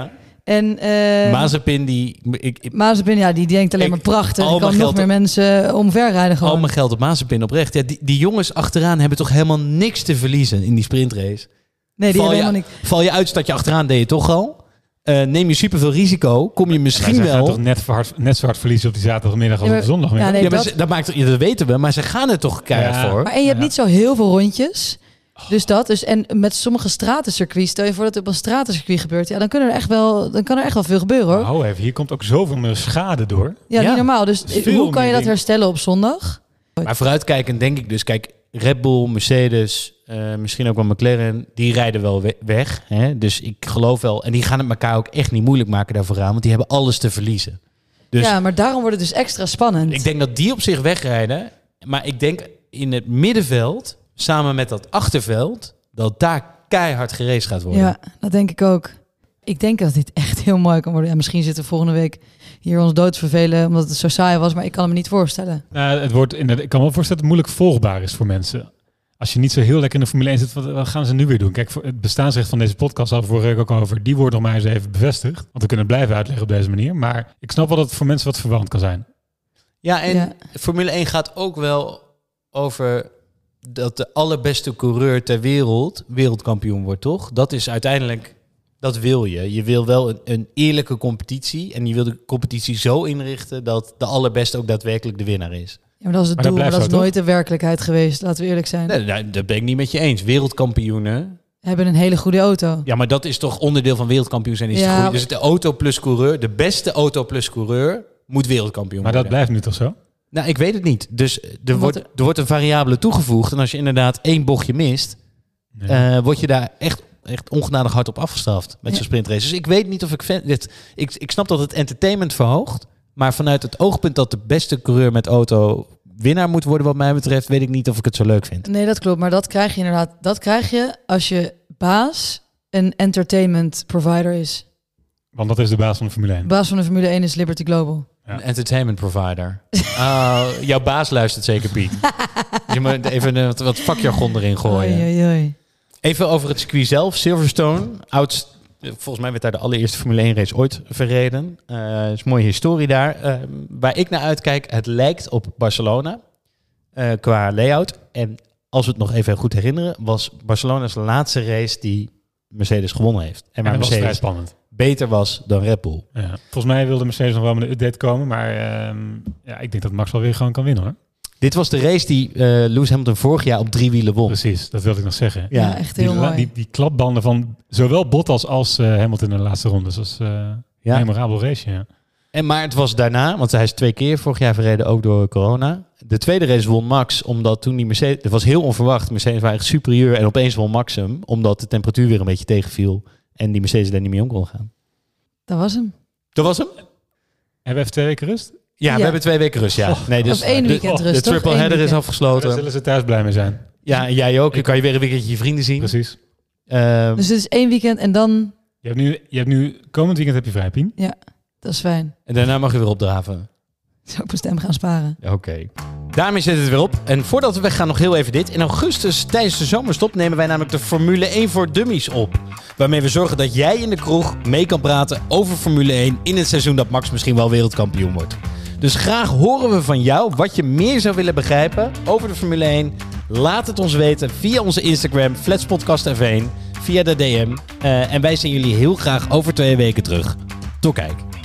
F: En, uh,
A: Mazepin, die... Ik, ik,
F: Mazepin, ja, die denkt alleen
A: ik,
F: maar prachtig.
A: al
F: Die kan
A: mijn
F: nog
A: geld
F: meer
A: op-
F: mensen omverrijden gewoon.
A: Al mijn geld op Mazepin oprecht. Ja, die, die jongens achteraan hebben toch helemaal niks te verliezen in die sprintrace?
F: Nee, die
A: val
F: hebben
A: je,
F: helemaal niks.
A: Val je uit dat je achteraan deed je toch al? Uh, neem je superveel risico, kom je misschien
E: Zij gaan
A: wel...
E: toch net, hard, net zo hard verliezen op die zaterdagmiddag als
F: Ja,
E: op de zondagmiddag?
F: ja, nee,
A: ja, maar
F: dat-
A: ze- dat, maakt, ja, dat weten we, maar ze gaan er toch keihard
E: Ja.
A: voor.
F: Maar en je hebt
E: Ja.
F: niet zo heel veel rondjes. Dus dat. Dus, en met sommige stratencircuits, stel je voor dat het op een stratencircuit gebeurt. Ja, dan, kunnen er echt wel, dan kan er echt wel veel gebeuren hoor.
E: Hou even, hier komt ook zoveel meer schade door.
F: Ja,
A: Ja.
F: niet normaal. Dus
E: Veel
F: hoe kan je
E: meer
F: dat
E: dingen.
F: herstellen op zondag?
A: Maar vooruitkijkend denk ik dus, kijk, Red Bull, Mercedes, uh, misschien ook wel McLaren, die rijden wel we- weg. Hè? Dus ik geloof wel, en die gaan het elkaar ook echt niet moeilijk maken daarvoor aan, want die hebben alles te verliezen. Dus
F: Ja, maar daarom wordt het dus extra spannend.
A: ik denk dat die op zich wegrijden, maar ik denk in het middenveld, samen met dat achterveld, dat daar keihard geraced gaat worden.
F: Ja, dat denk ik ook. Ik denk dat dit echt heel mooi kan worden. Ja, misschien zitten we volgende week hier ons doodsvervelen omdat het zo saai was, maar ik kan het me niet voorstellen.
E: Nou, het wordt inderdaad, ik kan me wel voorstellen dat het moeilijk volgbaar is voor mensen. Als je niet zo heel lekker in de Formule één zit, wat, wat gaan ze nu weer doen? Kijk, voor het bestaansrecht van deze podcast hadden we vorige week ook over. Die wordt nog maar eens even bevestigd. Want we kunnen het blijven uitleggen op deze manier. Maar ik snap wel dat het voor mensen wat verwarrend kan zijn.
A: Ja, en
F: Ja.
A: Formule één gaat ook wel over dat de allerbeste coureur ter wereld wereldkampioen wordt, toch? Dat is uiteindelijk, dat wil je. Je wil wel een, een eerlijke competitie en je wil de competitie zo inrichten dat de allerbeste ook daadwerkelijk de winnaar is.
F: Ja, maar dat is het
E: Maar dat
F: doel, maar dat
E: blijft
F: is
E: zo,
F: nooit de werkelijkheid geweest. Laten we eerlijk zijn.
A: Nee, nee, dat ben ik niet met je eens. Wereldkampioenen.
F: Hebben een hele goede auto.
A: Ja, maar dat is toch onderdeel van wereldkampioen zijn. Is
F: Ja,
A: het goed?
F: maar-
A: Dus de auto plus coureur, de beste auto plus coureur, moet wereldkampioen
E: Maar dat
A: worden.
E: blijft nu toch zo?
A: Nou, ik weet het niet. Dus er
F: Wat
A: wordt,
F: er-
A: er wordt een variabele toegevoegd. En als je inderdaad één bochtje mist,
E: Nee.
A: eh, word je daar echt, echt ongenadig hard op afgestraft met
F: Ja.
A: zo'n sprintrace. Dus ik weet niet of ik... fan- Dit, ik... Ik snap dat het entertainment verhoogt. Maar vanuit het oogpunt dat de beste coureur met auto winnaar moet worden wat mij betreft, weet ik niet of ik het zo leuk vind.
F: Nee, dat klopt. Maar dat krijg je inderdaad. Dat krijg je als je baas een entertainment provider is.
E: Want dat is de baas van de Formule één.
F: De baas van de Formule één is Liberty Global.
E: Ja.
A: Een entertainment provider. Oh, jouw baas luistert zeker, Piet. Je moet even een, wat, wat vakjargon erin gooien.
F: Oei, oei, oei.
A: Even over het circuit zelf. Silverstone, oudst, volgens mij werd daar de allereerste Formule één race ooit verreden. Uh, is een mooie historie daar. Uh, waar ik naar uitkijk, het lijkt op Barcelona uh, qua layout. En als we het nog even goed herinneren, was Barcelona's laatste race die Mercedes gewonnen heeft. En waar
E: En dat was vrij
A: Mercedes
E: spannend.
A: beter was dan Red Bull.
E: Ja. Volgens mij wilde Mercedes nog wel met een update komen. Maar uh, ja, ik denk dat Max wel weer gewoon kan winnen hoor.
A: Dit was de race die uh, Lewis Hamilton vorig jaar op drie wielen won.
E: Precies, dat wilde ik nog zeggen.
F: Ja, ja echt heel
E: die,
F: mooi.
E: Die, die klapbanden van zowel Bottas als uh, Hamilton in de laatste ronde. Dus dat is uh,
A: ja.
E: een memorabel race, ja.
A: En maar het was daarna, want hij is twee keer vorig jaar verreden, ook door corona. De tweede race won Max, omdat toen die Mercedes... Het was heel onverwacht. Mercedes waren echt superieur en opeens won Max hem, omdat de temperatuur weer een beetje tegenviel en die Mercedes daar niet mee om kon gaan.
F: Dat was hem.
A: Dat was hem?
E: Hebben we even twee weken rust?
A: Ja,
F: Ja.
A: we hebben twee weken rust, ja. Nee, dus
F: Of één
A: de-
F: weekend
A: de,
F: rust,
A: De
F: toch?
A: triple
F: Eén
A: header is
F: weekend.
A: afgesloten.
E: Daar zullen ze thuis blij mee zijn.
A: Ja, en jij ook. Dan kan je weer een weekendje je vrienden zien.
E: Precies.
A: Uh,
F: Dus dit is één weekend en dan...
E: Je hebt nu, je hebt nu komend weekend heb je vrij, Pien.
F: Ja, dat is fijn.
A: en daarna mag je weer opdraven.
F: Zou ik mijn stem gaan sparen.
A: Oké. Okay. Daarmee zit het weer op. En voordat we weggaan nog heel even dit. In augustus tijdens de zomerstop nemen wij namelijk de Formule één voor Dummies op. Waarmee we zorgen dat jij in de kroeg mee kan praten over Formule één in het seizoen dat Max misschien wel wereldkampioen wordt. Dus graag horen we van jou wat je meer zou willen begrijpen over de Formule één. Laat het ons weten via onze Instagram, Flatspodcast F één, via de D M. Uh, en wij zien jullie heel graag over twee weken terug. Tot kijk.